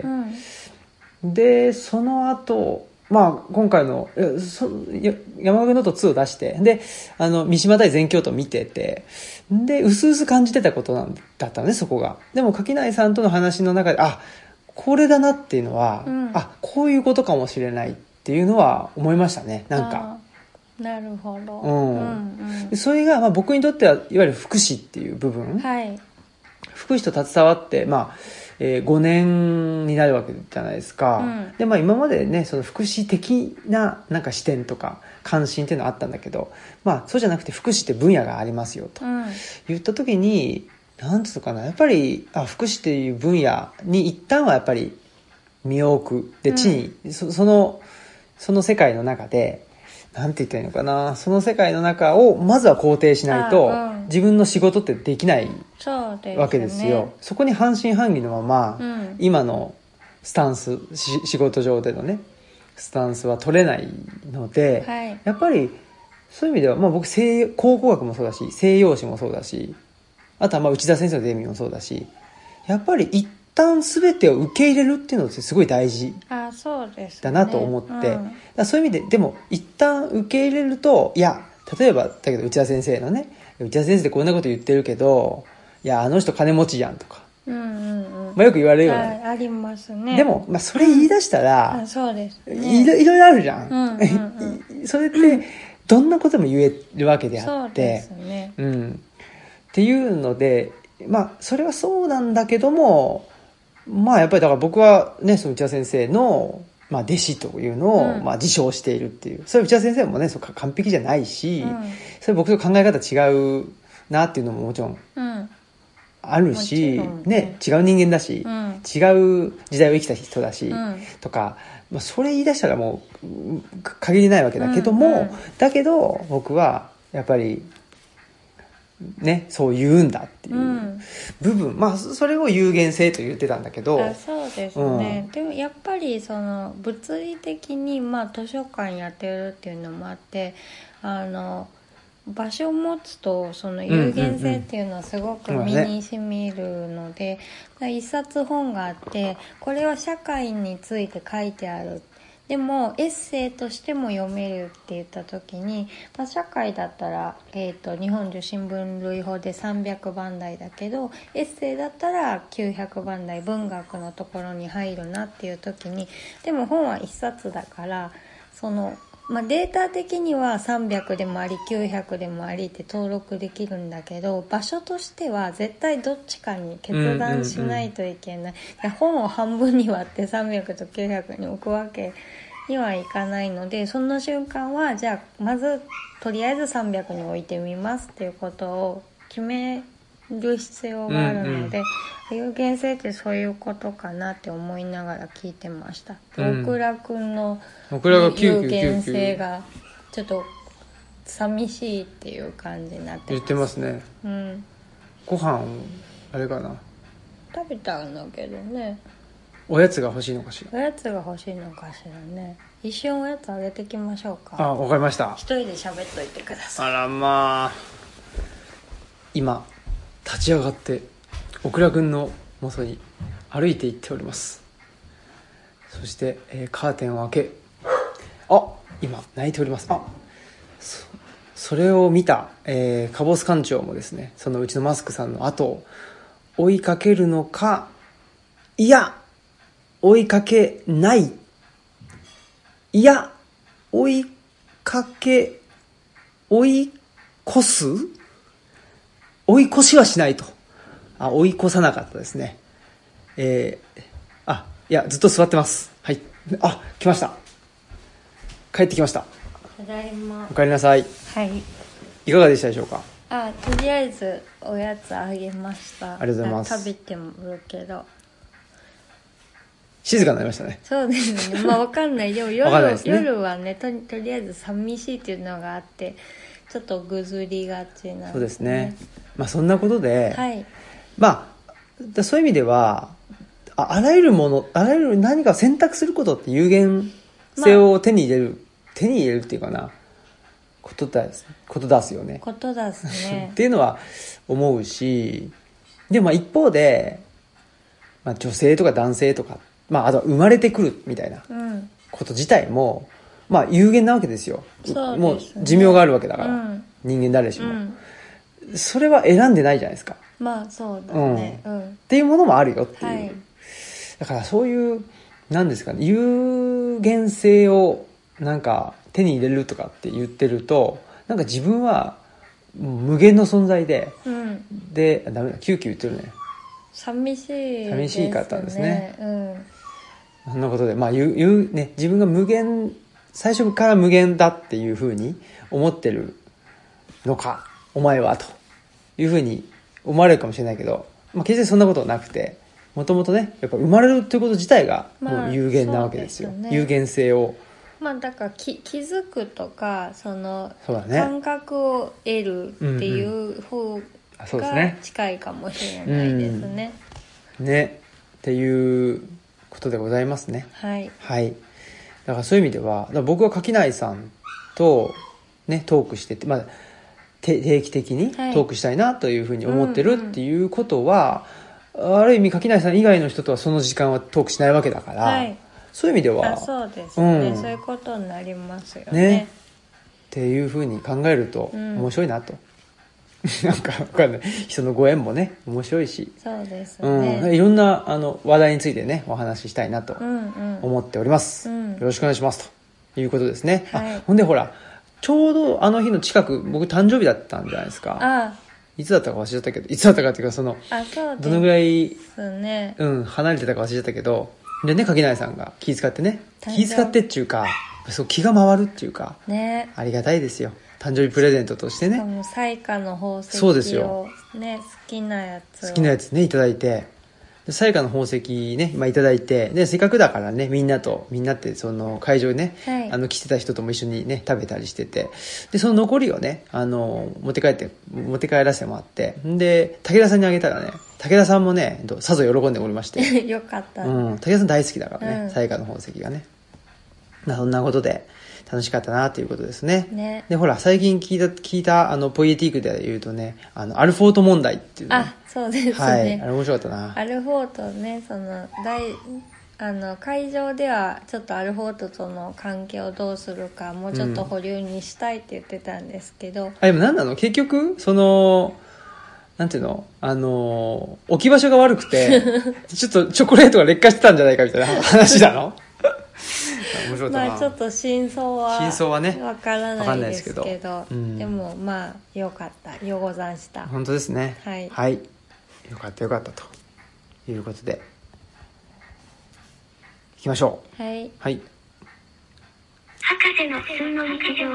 でその後今回の山岳ノート2を出して、で三島対全教徒見てて、でうすうす感じてたことだったのね、そこが。でも垣内さんとの話の中でこれだなっていうのは、こういうことかもしれないっていうのは思いましたね。なんかなるほど、 それが僕にとってはいわゆる福祉っていう部分、福祉と携わって 5年になるわけじゃないですか、で、今までねその福祉的ななんか視点とか関心っていうのはあったんだけど、そうじゃなくて福祉って分野がありますよと、言った時になんていうのかな、やっぱり福祉っていう分野に一旦はやっぱり身を置くで、地に、その世界の中でなんて言ったらいいのかな、その世界の中をまずは肯定しないと、自分の仕事ってできないわけですよ。そこに半信半疑のまま、今のスタンス、仕事上でのねスタンスは取れないので、やっぱりそういう意味では、僕考古学もそうだし西洋史もそうだし、あとは内田先生のゼミもそうだし、やっぱり一旦全てを受け入れるっていうのってすごい大事だなと思って、そういう意味ででも一旦受け入れると、いや例えばだけど内田先生のね、内田先生ってこんなこと言ってるけど、いやあの人金持ちじゃんとか、よく言われるよね。 ありますね。 でも、それ言い出したら、 そうですね、 いろいろあるじゃん、それってどんなことも言えるわけであって、 そうですね、 っていうので、それはそうなんだけども、やっぱりだから僕はねその内田先生の、弟子というのを、自称しているっていう、それ内田先生もねそう完璧じゃないし、それ僕と考え方違うなっていうのももちろんあるし、違う人間だし、違う時代を生きた人だし、とか、それ言い出したらもう限りないわけだけども、だけど僕はやっぱりね、そう言うんだっていう部分、それを有限性と言ってたんだけど、 そうですね、でもやっぱりその物理的に図書館やってるっていうのもあって、場所を持つとその有限性っていうのはすごく身に染みるので、一冊本があってこれは社会について書いてある、でもエッセイとしても読めるって言った時に、社会だったら、日本受信分類法で300番台だけど、エッセイだったら900番台文学のところに入るなっていう時に、でも本は1冊だからその、データ的には300でもあり900でもありって登録できるんだけど、場所としては絶対どっちかに決断しないといけない、本を半分に割って300と900に置くわけにはいかないので、その瞬間はじゃあまずとりあえず300に置いてみますっていうことを決める必要があるので、有限性ってそういうことかなって思いながら聞いてました。大倉くんの有限性がちょっと寂しいっていう感じになって言ってますね。ご飯あれかな、 食べたんだけどね。 おやつが欲しいのかしら。 おやつが欲しいのかしらね。一瞬おやつあげてきましょうか。 わかりました。 一人で喋っといてください。 あら今立ち上がってオクラくんの元に歩いて行っております。そして、カーテンを開け、今泣いております。それを見た、カボス館長もですね、そのうちのマスクさんの後を追いかけるのか、いや追いかけない、いや追い越す、追い越しはしないと。追い越さなかったですね。いやずっと座ってます。はい。来ました。帰ってきました。 ただいま。 お帰りなさい。 はい。 いかがでしたでしょうか。 とりあえずおやつあげました。 ありがとうございます。 食べてもるけど静かになりましたね。 そうですね。わかんない。でも夜はね、とりあえず寂しいっていうのがあってちょっとぐずりがちなんですね。 そうですね。そんなことで、 はい、 そういう意味ではあらゆるもの、あらゆる何かを選択することって有限性を手に入れるっていうかな、こと出すよね。 こと出すね。 っていうのは思うし、でも一方で、女性とか男性とか、あとは生まれてくるみたいなこと自体も、有限なわけですよ。 そうですね。 もう寿命があるわけだから、人間誰しも、それは選んでないじゃないですか。 そうだね、 っていうものもあるよっていう、 はい、 だからそういう何ですかね、有限性をなんか手に入れるとかって言ってると、なんか自分は無限の存在で、でダメだ、キューキュー言ってるね。 寂しいですね。 寂しかったんですね。 うん。 そんなことで、まあね、自分が最初から無限だっていうふうに思ってるのか、お前はというふうに思われるかもしれないけど、まあ決してそんなことはなくて、もともとね、やっぱ生まれるっていうこと自体がもう有限なわけですよ。 そうですね。 有限性を。 まあだから気づくとか、 そうだね、 感覚を得るっていう方が近いかもしれないですね。 ね。っていうことでございますね。 はい。 はい。だからそういう意味では、僕は垣内さんとね、トークしてて、まあ、定期的にトークしたいなというふうに思ってるっていうことは、ある意味垣内さん以外の人とはその時間はトークしないわけだから、はい、そういう意味ではそうですね、そういうことになりますよ ねっていうふうに考えると面白いなと、なんか分かんない人のご縁もね面白いし、 そうですね、 いろんな話題についてねお話ししたいなと思っております、よろしくお願いしますということですね、はい、ほんでほらちょうどあの日の近く僕誕生日だったんじゃないですか。いつだったか忘れちゃったけど、いつだったかっていうかどのぐらい、離れてたか忘れちゃったけど、でね、垣内さんが気遣ってね、気遣ってっていうか、そう気が回るっていうか、ね、ありがたいですよ。誕生日プレゼントとしてね。 彩花の宝石をそうですよ、 ね、好きなやつねいただいて、彩花の宝石ね、いただいて、でせっかくだからねみんなってその会場にね、はい、来てた人とも一緒にね食べたりしてて、でその残りをね持って帰らせてもらって、で武田さんにあげたらね、武田さんもねさぞ喜んでおりましてよかった、 武田さん大好きだからね、彩花の宝石がね。そんなことで楽しかったなということです ね。でほら最近聞いたポイエティックで言うとね、アルフォート問題っていうね、 そうですね、 はい、あれ面白かったな。 アルフォートね、会場ではちょっとアルフォートとの関係をどうするかもうちょっと保留にしたいって言ってたんですけど、 でも何なの結局なんていうの置き場所が悪くてちょっとチョコレートが劣化してたんじゃないかみたいな話なの面白かったな。 ちょっと真相はねわからないですけど、でもよかった、よござんした。 本当ですね、 はい、 はい、よかったということでいきましょう。 はい、 はい、 博士の普通の日常。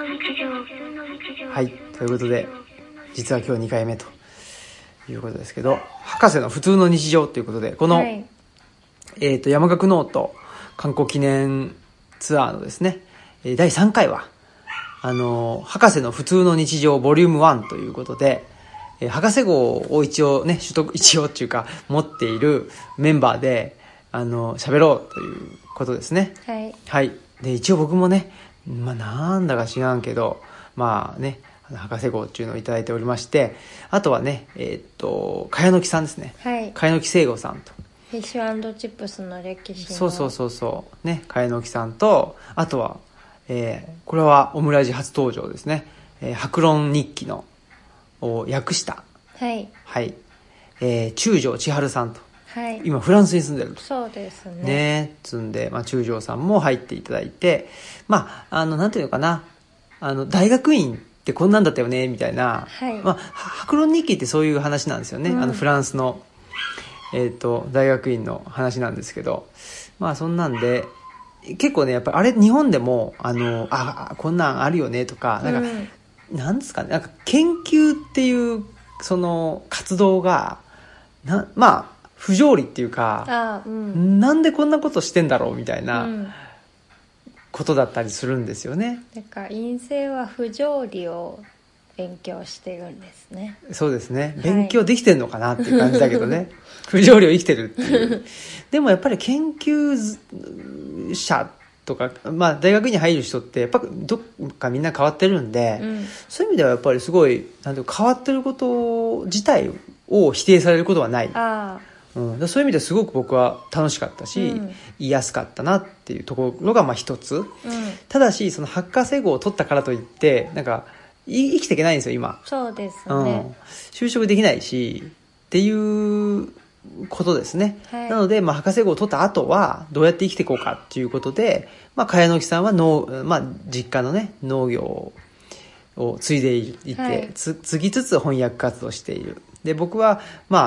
はい、ということで実は今日2回目ということですけど、博士の普通の日常ということで、この、はい、山岳ノート観光記念ツアーのですね、第3回は博士の普通の日常ボリューム1ということで、博士号を一応っていうか持っているメンバーで喋ろうということですね。 はい、 はい、で一応僕もね、なんだか知らんけど博士号っていうのをいただいておりまして、あとはね茅野木さんですね、 はい、 茅野木聖吾さんとフィッシュ&チップスの歴史そのうね、茅野木さんと、あとは、これはオムラジ初登場ですね、博論日記の訳したはい中条千春さんと、 はい、 今フランスに住んでると。 そうですね。 積んで、中条さんも入っていただいて、なんていうのかな、大学院ってこんなんだったよねみたいな、 はい、 博論日記ってそういう話なんですよね、フランスの大学院の話なんですけど、そんなんで結構ね、やっぱりあれ日本でもこんなんあるよねとか、なんですかね、研究っていうその活動が不条理っていうか、なんでこんなことしてんだろうみたいなことだったりするんですよね。 だから院生は不条理を勉強してるんですね。 そうですね、勉強できてんのかなっていう感じだけどね、不条理を生きてるっていうでもやっぱり研究者とか、大学に入る人ってやっぱどっかみんな変わってるんで、そういう意味ではやっぱりすごい変わってること自体を否定されることはない。そういう意味ではすごく僕は楽しかったし、言いやすかったなっていうところが一つ、ただしその博士号を取ったからといって生きていけないんですよ今。 そうですね、 就職できないしっていうことですね、はい、なので、博士号を取った後はどうやって生きていこうかっていうことで、茅野木さんは実家のね農業を継いでいて、はい、継ぎつつ翻訳活動している。で僕は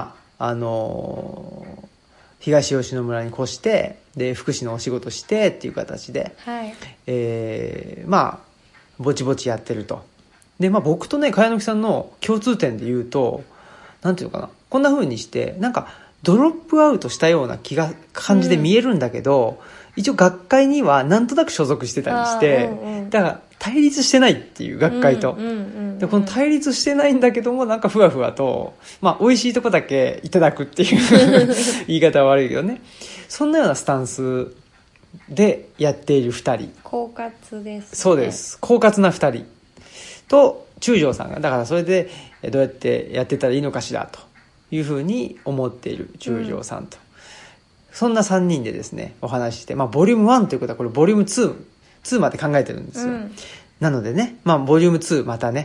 東吉野村に越して、で、福祉のお仕事してっていう形で、 はい。 まあ、ぼちぼちやってると。で、まあ僕とね、茅野木さんの共通点で言うと、なんていうのかな。こんな風にして、なんか、ドロップアウトしたような感じで見えるんだけど、一応学会にはなんとなく所属してたりして、だから対立してないっていう学会と。で、この対立してないんだけども、なんかふわふわと、まあ美味しいとこだけいただくっていう言い方は悪いけどね。そんなようなスタンスでやっている二人。 狡猾ですね。 そうです。狡猾な二人。と、中条さんが、だからそれでどうやってやってたらいいのかしらというふうに思っている中条さんと。そんな3人でですね、お話しして、まあ、ボリューム1ということは、これボリューム2まで考えてるんですよ。なのでね、まあ、ボリューム2またね、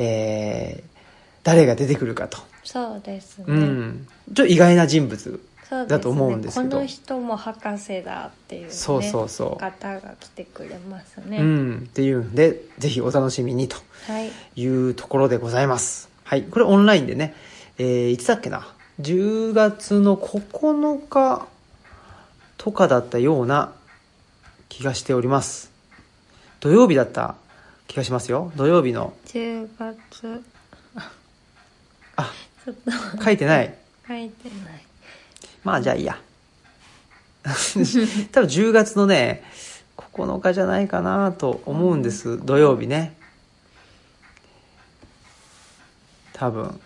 誰が出てくるかと。 そうですね。 ちょっと意外な人物だと思うんですけど。 この人も博士だっていうね。 そう。 方が来てくれますね。 っていうんで、ぜひお楽しみにというところでございます。はい。これオンラインでね、いつだっけな。10月の9日、とかだったような気がしております。土曜日だった気がしますよ。土曜日の 10月ちょっと書いてない書いてない。 まあじゃあいいや多分10月のね9日じゃないかなと思うんです。土曜日ね、多分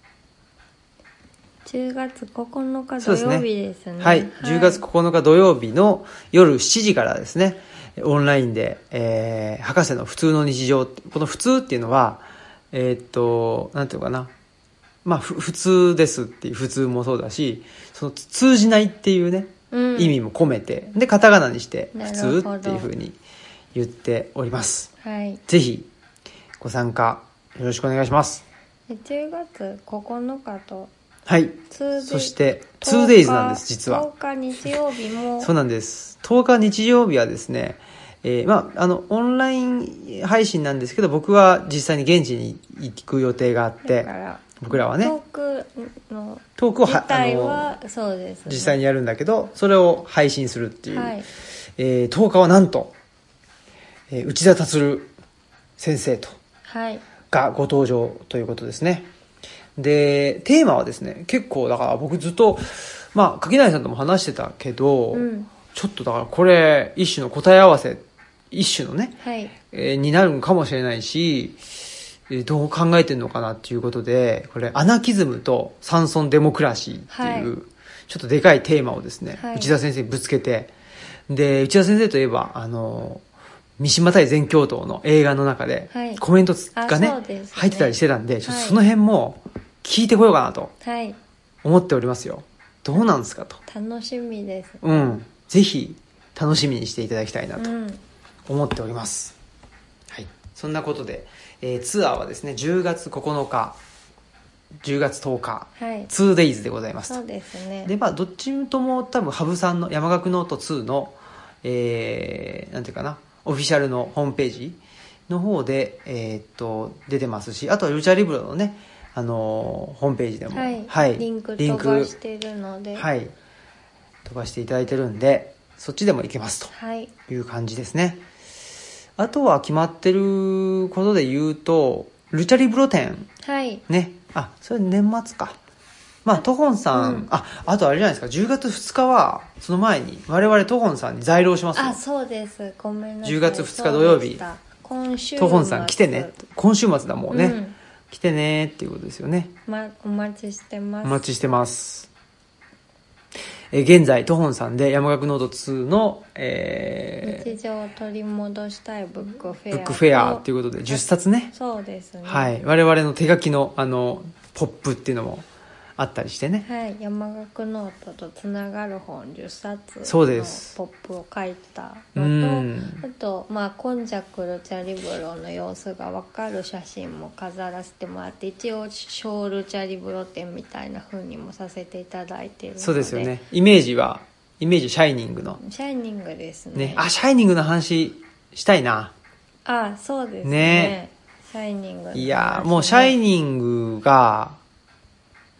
10月9日土曜日ですね。 はい、10月9日土曜日の夜7時からですね、オンラインで、博士の普通の日常、この普通っていうのは、なんていうかな、まあ普通ですっていう普通もそうだし、その通じないっていうね、意味も込めて、で、カタカナにして普通っていうふうに言っております。 はい。 ぜひご参加よろしくお願いします。 10月9日と、 はい。そして 2days なんです、実は。 10日日曜日も。 そうなんです。10日日曜日はですね、まあ、オンライン配信なんですけど、僕は実際に現地に行く予定があって、僕らはね、トークをそうです、ね、 実際にやるんだけど、それを配信するっていう。はい、10日はなんと、内田達先生と、がご登場ということですね。で、テーマはですね、結構だから僕ずっと、まあ、柿内さんとも話してたけど、ちょっとだからこれ、一種の答え合わせ、一種のね、になるかもしれないし、どう考えてるのかなっていうことで、これ、アナキズムと山村デモクラシーっていう、ちょっとでかいテーマをですね、内田先生にぶつけて、で、内田先生といえば、三島対全教頭の映画の中で、コメントがね、入ってたりしてたんで、ちょっとその辺も聞いてこようかなと、思っておりますよ。どうなんですかと。 楽しみです。 ぜひ、楽しみにしていただきたいなと思っております。はい。そんなことで、ツアーはですね、10月9日、10月10日、2days でございます。 そうですね。 で、まあ、どっちとも多分、羽生さんの山岳ノート2の、なんていうかな、オフィシャルのホームページの方で、出てますし、あとはルチャリブロのね、ホームページでも、 リンク飛ばしてるので、 飛ばしていただいてるんで、そっちでも行けますという感じですね。あとは決まってることで言うと、ルチャリブロ展。ね。それ年末か。まあ、トホンさん、あとあれじゃないですか、10月2日は、その前に、我々トホンさんに在廊しますよ。 そうです。ごめんなさい。 10月2日土曜日。トホンさん来てね。今週末だもんね。来てねっていうことですよね。 お待ちしてます。 お待ちしてます。現在、トホンさんで山岳ノート2の、 日常を取り戻したいブックフェア。 ブックフェアということで、10冊ね。 そうですね。 はい。我々の手書きの、ポップっていうのもあったりしてね。 山岳ノートとつながる本10冊のそうです。 ポップを書いたのと、あと、まあ、今昔ルチャリブロの様子が分かる写真も飾らせてもらって、一応小ルチャリブロ展みたいな風にもさせていただいているので。 そうですよね。イメージシャイニングの。 シャイニングですね。 シャイニングの話したいな。 そうですね。シャイニングの話、 いや、もうシャイニングが、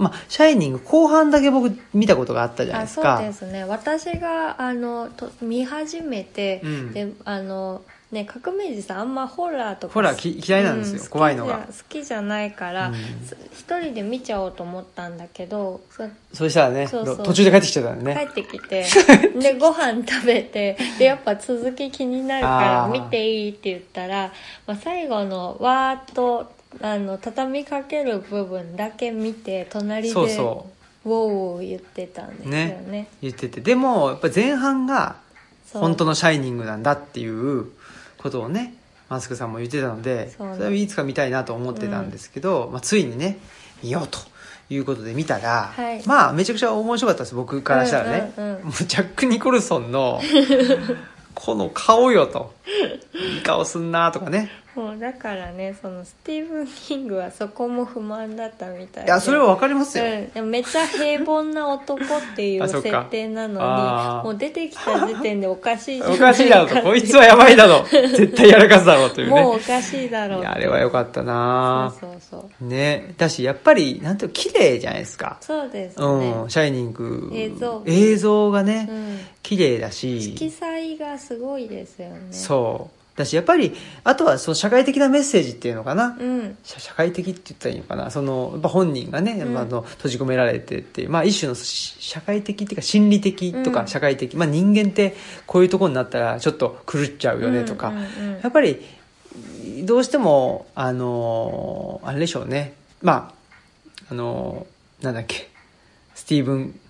まあ、シャイニング後半だけ僕見たことがあったじゃないですか。 そうですね。私が見始めて、でね、革命児さんあんまホラーとかホラー嫌いなんですよ、怖いのが好きじゃないから、一人で見ちゃおうと思ったんだけど、 そしたらね、途中で帰ってきちゃったんね。 帰ってきてでご飯食べて、でやっぱ続き気になるから見ていいって言ったら、まあ、最後のわーっと畳みかける部分だけ見て、隣でウォー言ってたんですよ ね。 言ってて、でもやっぱ前半が本当のシャイニングなんだっていうことをね、マスクさんも言ってたので、それはいつか見たいなと思ってたんですけど、まあ、ついにね見ようということで見たら、はい、まあめちゃくちゃ面白かったです、僕からしたらね。もうジャック・ニコルソンのこの顔よと、いい顔すんなとかね。 もうだからね、そのスティーブン・キングはそこも不満だったみたいで。 いや、それはわかりますよ。 でもめっちゃ平凡な男っていう設定なのに、もう出てきた時点でおかしいじゃないか。 おかしいだろと、こいつはやばいだろ、絶対やらかすだろうというね。 もうおかしいだろう。 いや、あれは良かったな。 そうね、だしやっぱりなんていう綺麗じゃないですか。 そうですね。 シャイニング映像がね、綺麗だし、 色彩がすごいですよね。 そうだし、やっぱりあとはその社会的なメッセージっていうのかな、社会的って言ったらいいのかな、そのやっぱ本人がね、閉じ込められてっていう、まあ、一種の社会的っていうか心理的とか社会的、まあ、人間ってこういうところになったらちょっと狂っちゃうよねとか、やっぱりどうしてもあれでしょうね、まあなんだっけ、スティーブン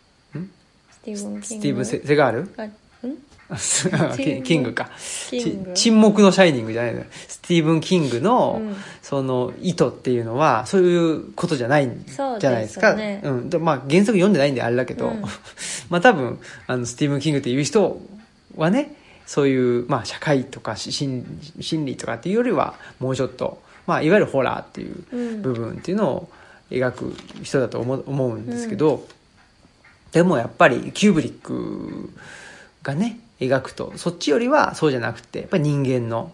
セガールキングか。沈黙のシャイニングじゃないのよ。スティーブン・キングの、その意図っていうのはそういうことじゃないんじゃないですか。まあ原作読んでないんであれだけど、まあ多分スティーブン・キングっていう人はね、そういうまあ社会とか心理とかっていうよりはもうちょっと、まあいわゆるホラーっていう部分っていうのを描く人だと思うんですけど、でもやっぱりキューブリックがね描くと、そっちよりはそうじゃなくて、やっぱり人間の、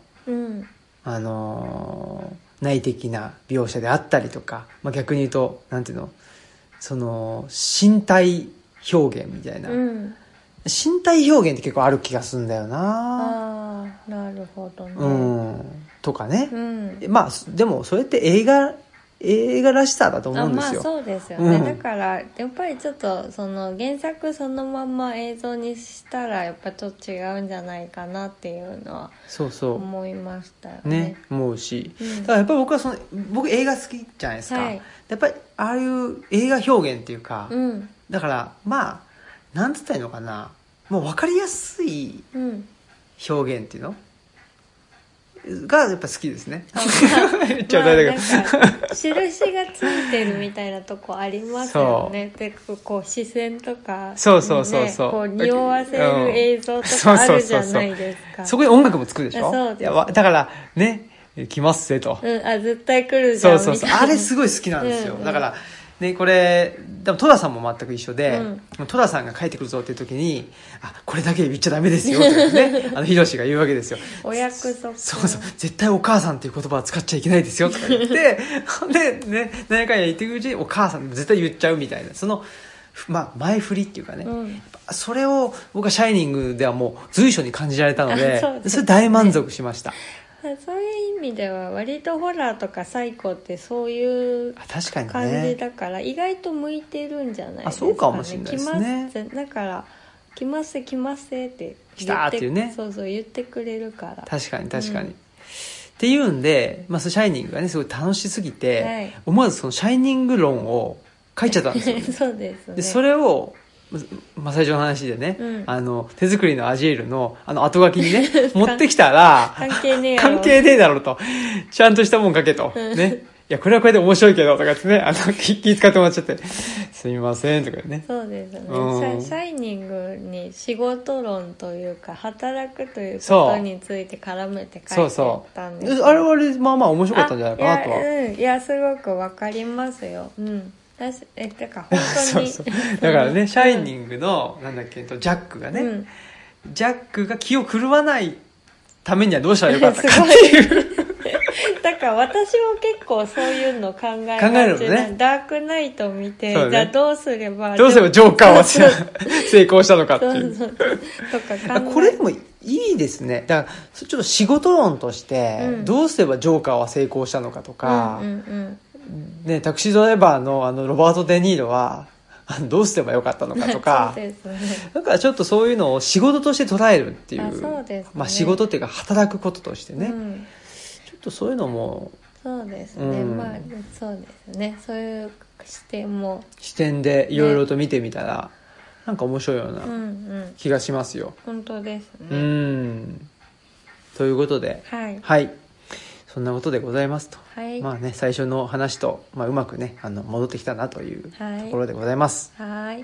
内的な描写であったりとか、まあ、逆に言うとなんていうの、その身体表現みたいな、身体表現って結構ある気がするんだよな。 なるほどね。 とかね、まあでもそれって映画らしさだと思うんですよ。 まあそうですよね、だからやっぱりちょっとその原作そのまま映像にしたらやっぱちょっと違うんじゃないかなっていうのは思いましたよね。 思うし、だからやっぱり僕映画好きじゃないですか、やっぱりああいう映画表現っていうか、だからまあなんつったらいいのかな、もう分かりやすい表現っていうのがやっぱ好きですね。言っちゃうだけど、 印がついてるみたいなとこありますよね。でこう視線とか、 そうこう匂わせる映像とかあるじゃないですか。 そこに音楽もつくでしょ。 そうです。 だからね、来ますぜと。 絶対来るじゃんみたいな。 あれすごい好きなんですよ。だからね、これでも戸田さんも全く一緒で、戸田さんが帰ってくるぞっていう時に、これだけ言っちゃダメですよとかね、ひろしが言うわけですよ。 お約束。 そう絶対お母さんっていう言葉は使っちゃいけないですよとか言ってでね、何回か言ってくるうちにお母さん絶対言っちゃうみたいな、そのまあ前振りっていうかね、それを僕はシャイニングではもう随所に感じられたので、それ大満足しました。 そういう意味では割とホラーとかサイコってそういう感じだから意外と向いてるんじゃないですかね。 そうかもしれないですね。 だから来ますって来たっていうね、 言ってくれるから。 確かに、っていうんで、まあ、シャイニングがねすごい楽しすぎて、思わずそのシャイニング論を書いちゃったんですよ、 そうですね。 でそれをまあ、最初の話でね、手作りのアジールの後書きにね持ってきたら関係ねえだろうと、ちゃんとしたもん書けとね、いやこれはこれで面白いけどとかってね、気使ってもらっちゃってすみませんとかね。 そうですね、シャイニングに仕事論というか働くということについて絡めて書いてたんです。 あれはまあまあ面白かったんじゃないかなとは。 いやすごくわかりますよ。だから本当にだからね、シャイニングのなんだっけジャックがね、ジャックが気を狂わないためにはどうしたらよかったかっていうだから私も結構そういうの考えるのね。 ダークナイト見て、 ね、 じゃあどうすればジョーカーは成功したのかっていう。 そうとかこれでもいいですね。だからちょっと仕事論として、どうすればジョーカーは成功したのかとか、ね、タクシードライバーのロバート・デ・ニーロはどうすればよかったのかとか、 そうですね、 だからちょっとそういうのを仕事として捉えるっていう、 そうですね、 まあ仕事っていうか働くこととしてね、ちょっとそういうのもそうですね、まあそうですね、そういう視点でいろいろと見てみたら、なんか面白いような気がしますよ。 本当ですね。 ということで、はい、そんなことでございますと。まあね、最初の話と、うまくね、戻ってきたなというところでございます。 はい。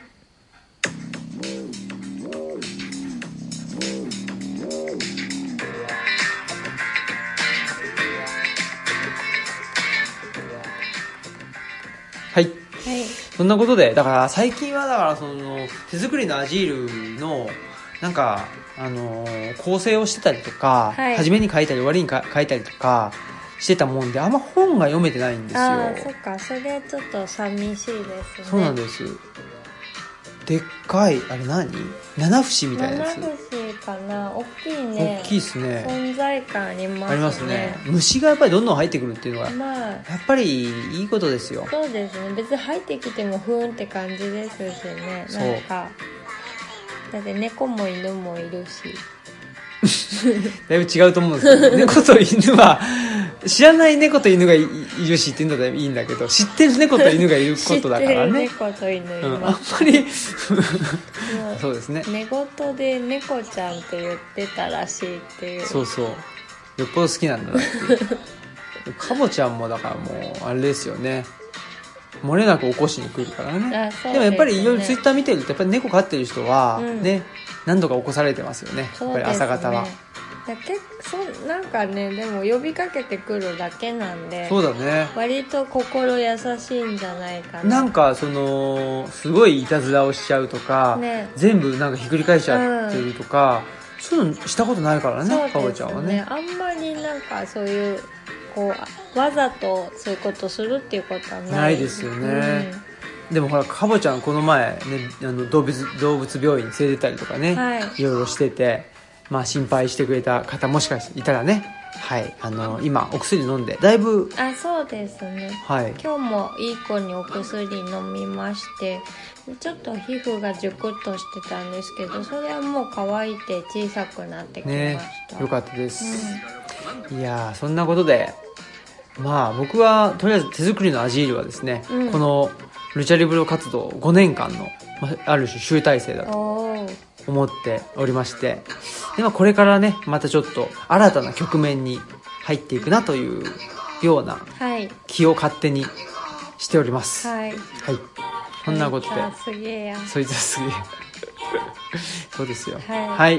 はい。そんなことで、だから最近はだからその手作りのアジールのなんか構成をしてたりとか、初めに書いたり終わりに書いたりとかしてたもんで、あんま本が読めてないんですよ。 そっか、それちょっと寂しいですね。 そうなんです。でっかいあれ何？七節みたいなやつ。 七節かな、大きいね。 大きいですね。 存在感ありますね。 ありますね。虫がやっぱりどんどん入ってくるっていうのが、やっぱりいいことですよ。 そうですね。別に入ってきてもふーんって感じですしね。なんかだって猫も犬もいるし。 だいぶ違うと思うんですけど、猫と犬は知らない猫と犬がいるしっていうのでいいんだけど、知ってる猫と犬がいることだからね。 知ってる猫と犬います、 あんまりそうですね。 寝言で猫ちゃんって言ってたらしいっていう。 そうそう、よっぽど好きなんだなっていうかぼちゃんもだからもうあれですよね、漏れなく起こしに来るからね。でもやっぱりいろいろツイッター見てると、やっぱり猫飼ってる人はね、何度か起こされてますよね、やっぱり朝方は。 なんかね、でも呼びかけてくるだけなんで、 そうだね、 割と心優しいんじゃないかな。 なんかすごいいたずらをしちゃうとか、全部なんかひっくり返しちゃってるとか、そういうのしたことないからね、かぼちゃんはね。 あんまりなんかそういうわざとそういうことするっていうことはないですよね。でもほら、かぼちゃんこの前ね、動物病院に連れてたりとかね、いろいろしてて、まあ心配してくれた方もしかしていたらね、はい、今お薬飲んでだいぶ。 そうですね、今日もいい子にお薬飲みまして、ちょっと皮膚がジュクッとしてたんですけど、それはもう乾いて小さくなってきました。 よかったです、いやそんなことで、まあ僕はとりあえず手作りのアジールはですね、このルチャリブロ活動5年間のある種集大成だと思っておりまして、で、これからねまたちょっと新たな局面に入っていくなというような気を勝手にしております。そんなことで、 すげえや、 そいつはすげえそうですよ、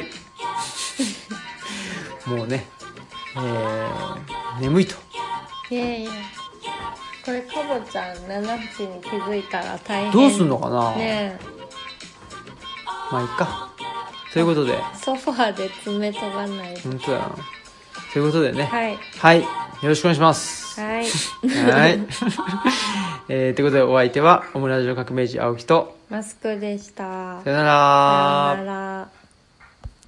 もうね、眠いと。 いやいや、これかぼちゃん7時に気づいたら大変。 どうすんのかなね。 まあいいか。ということで、 ソファーで爪飛ばない。 本当だな。ということでね、 はい、 よろしくお願いします。 はいということで、お相手はオムラジオ革命児青木とマスクでした。 さよなら。 さよなら。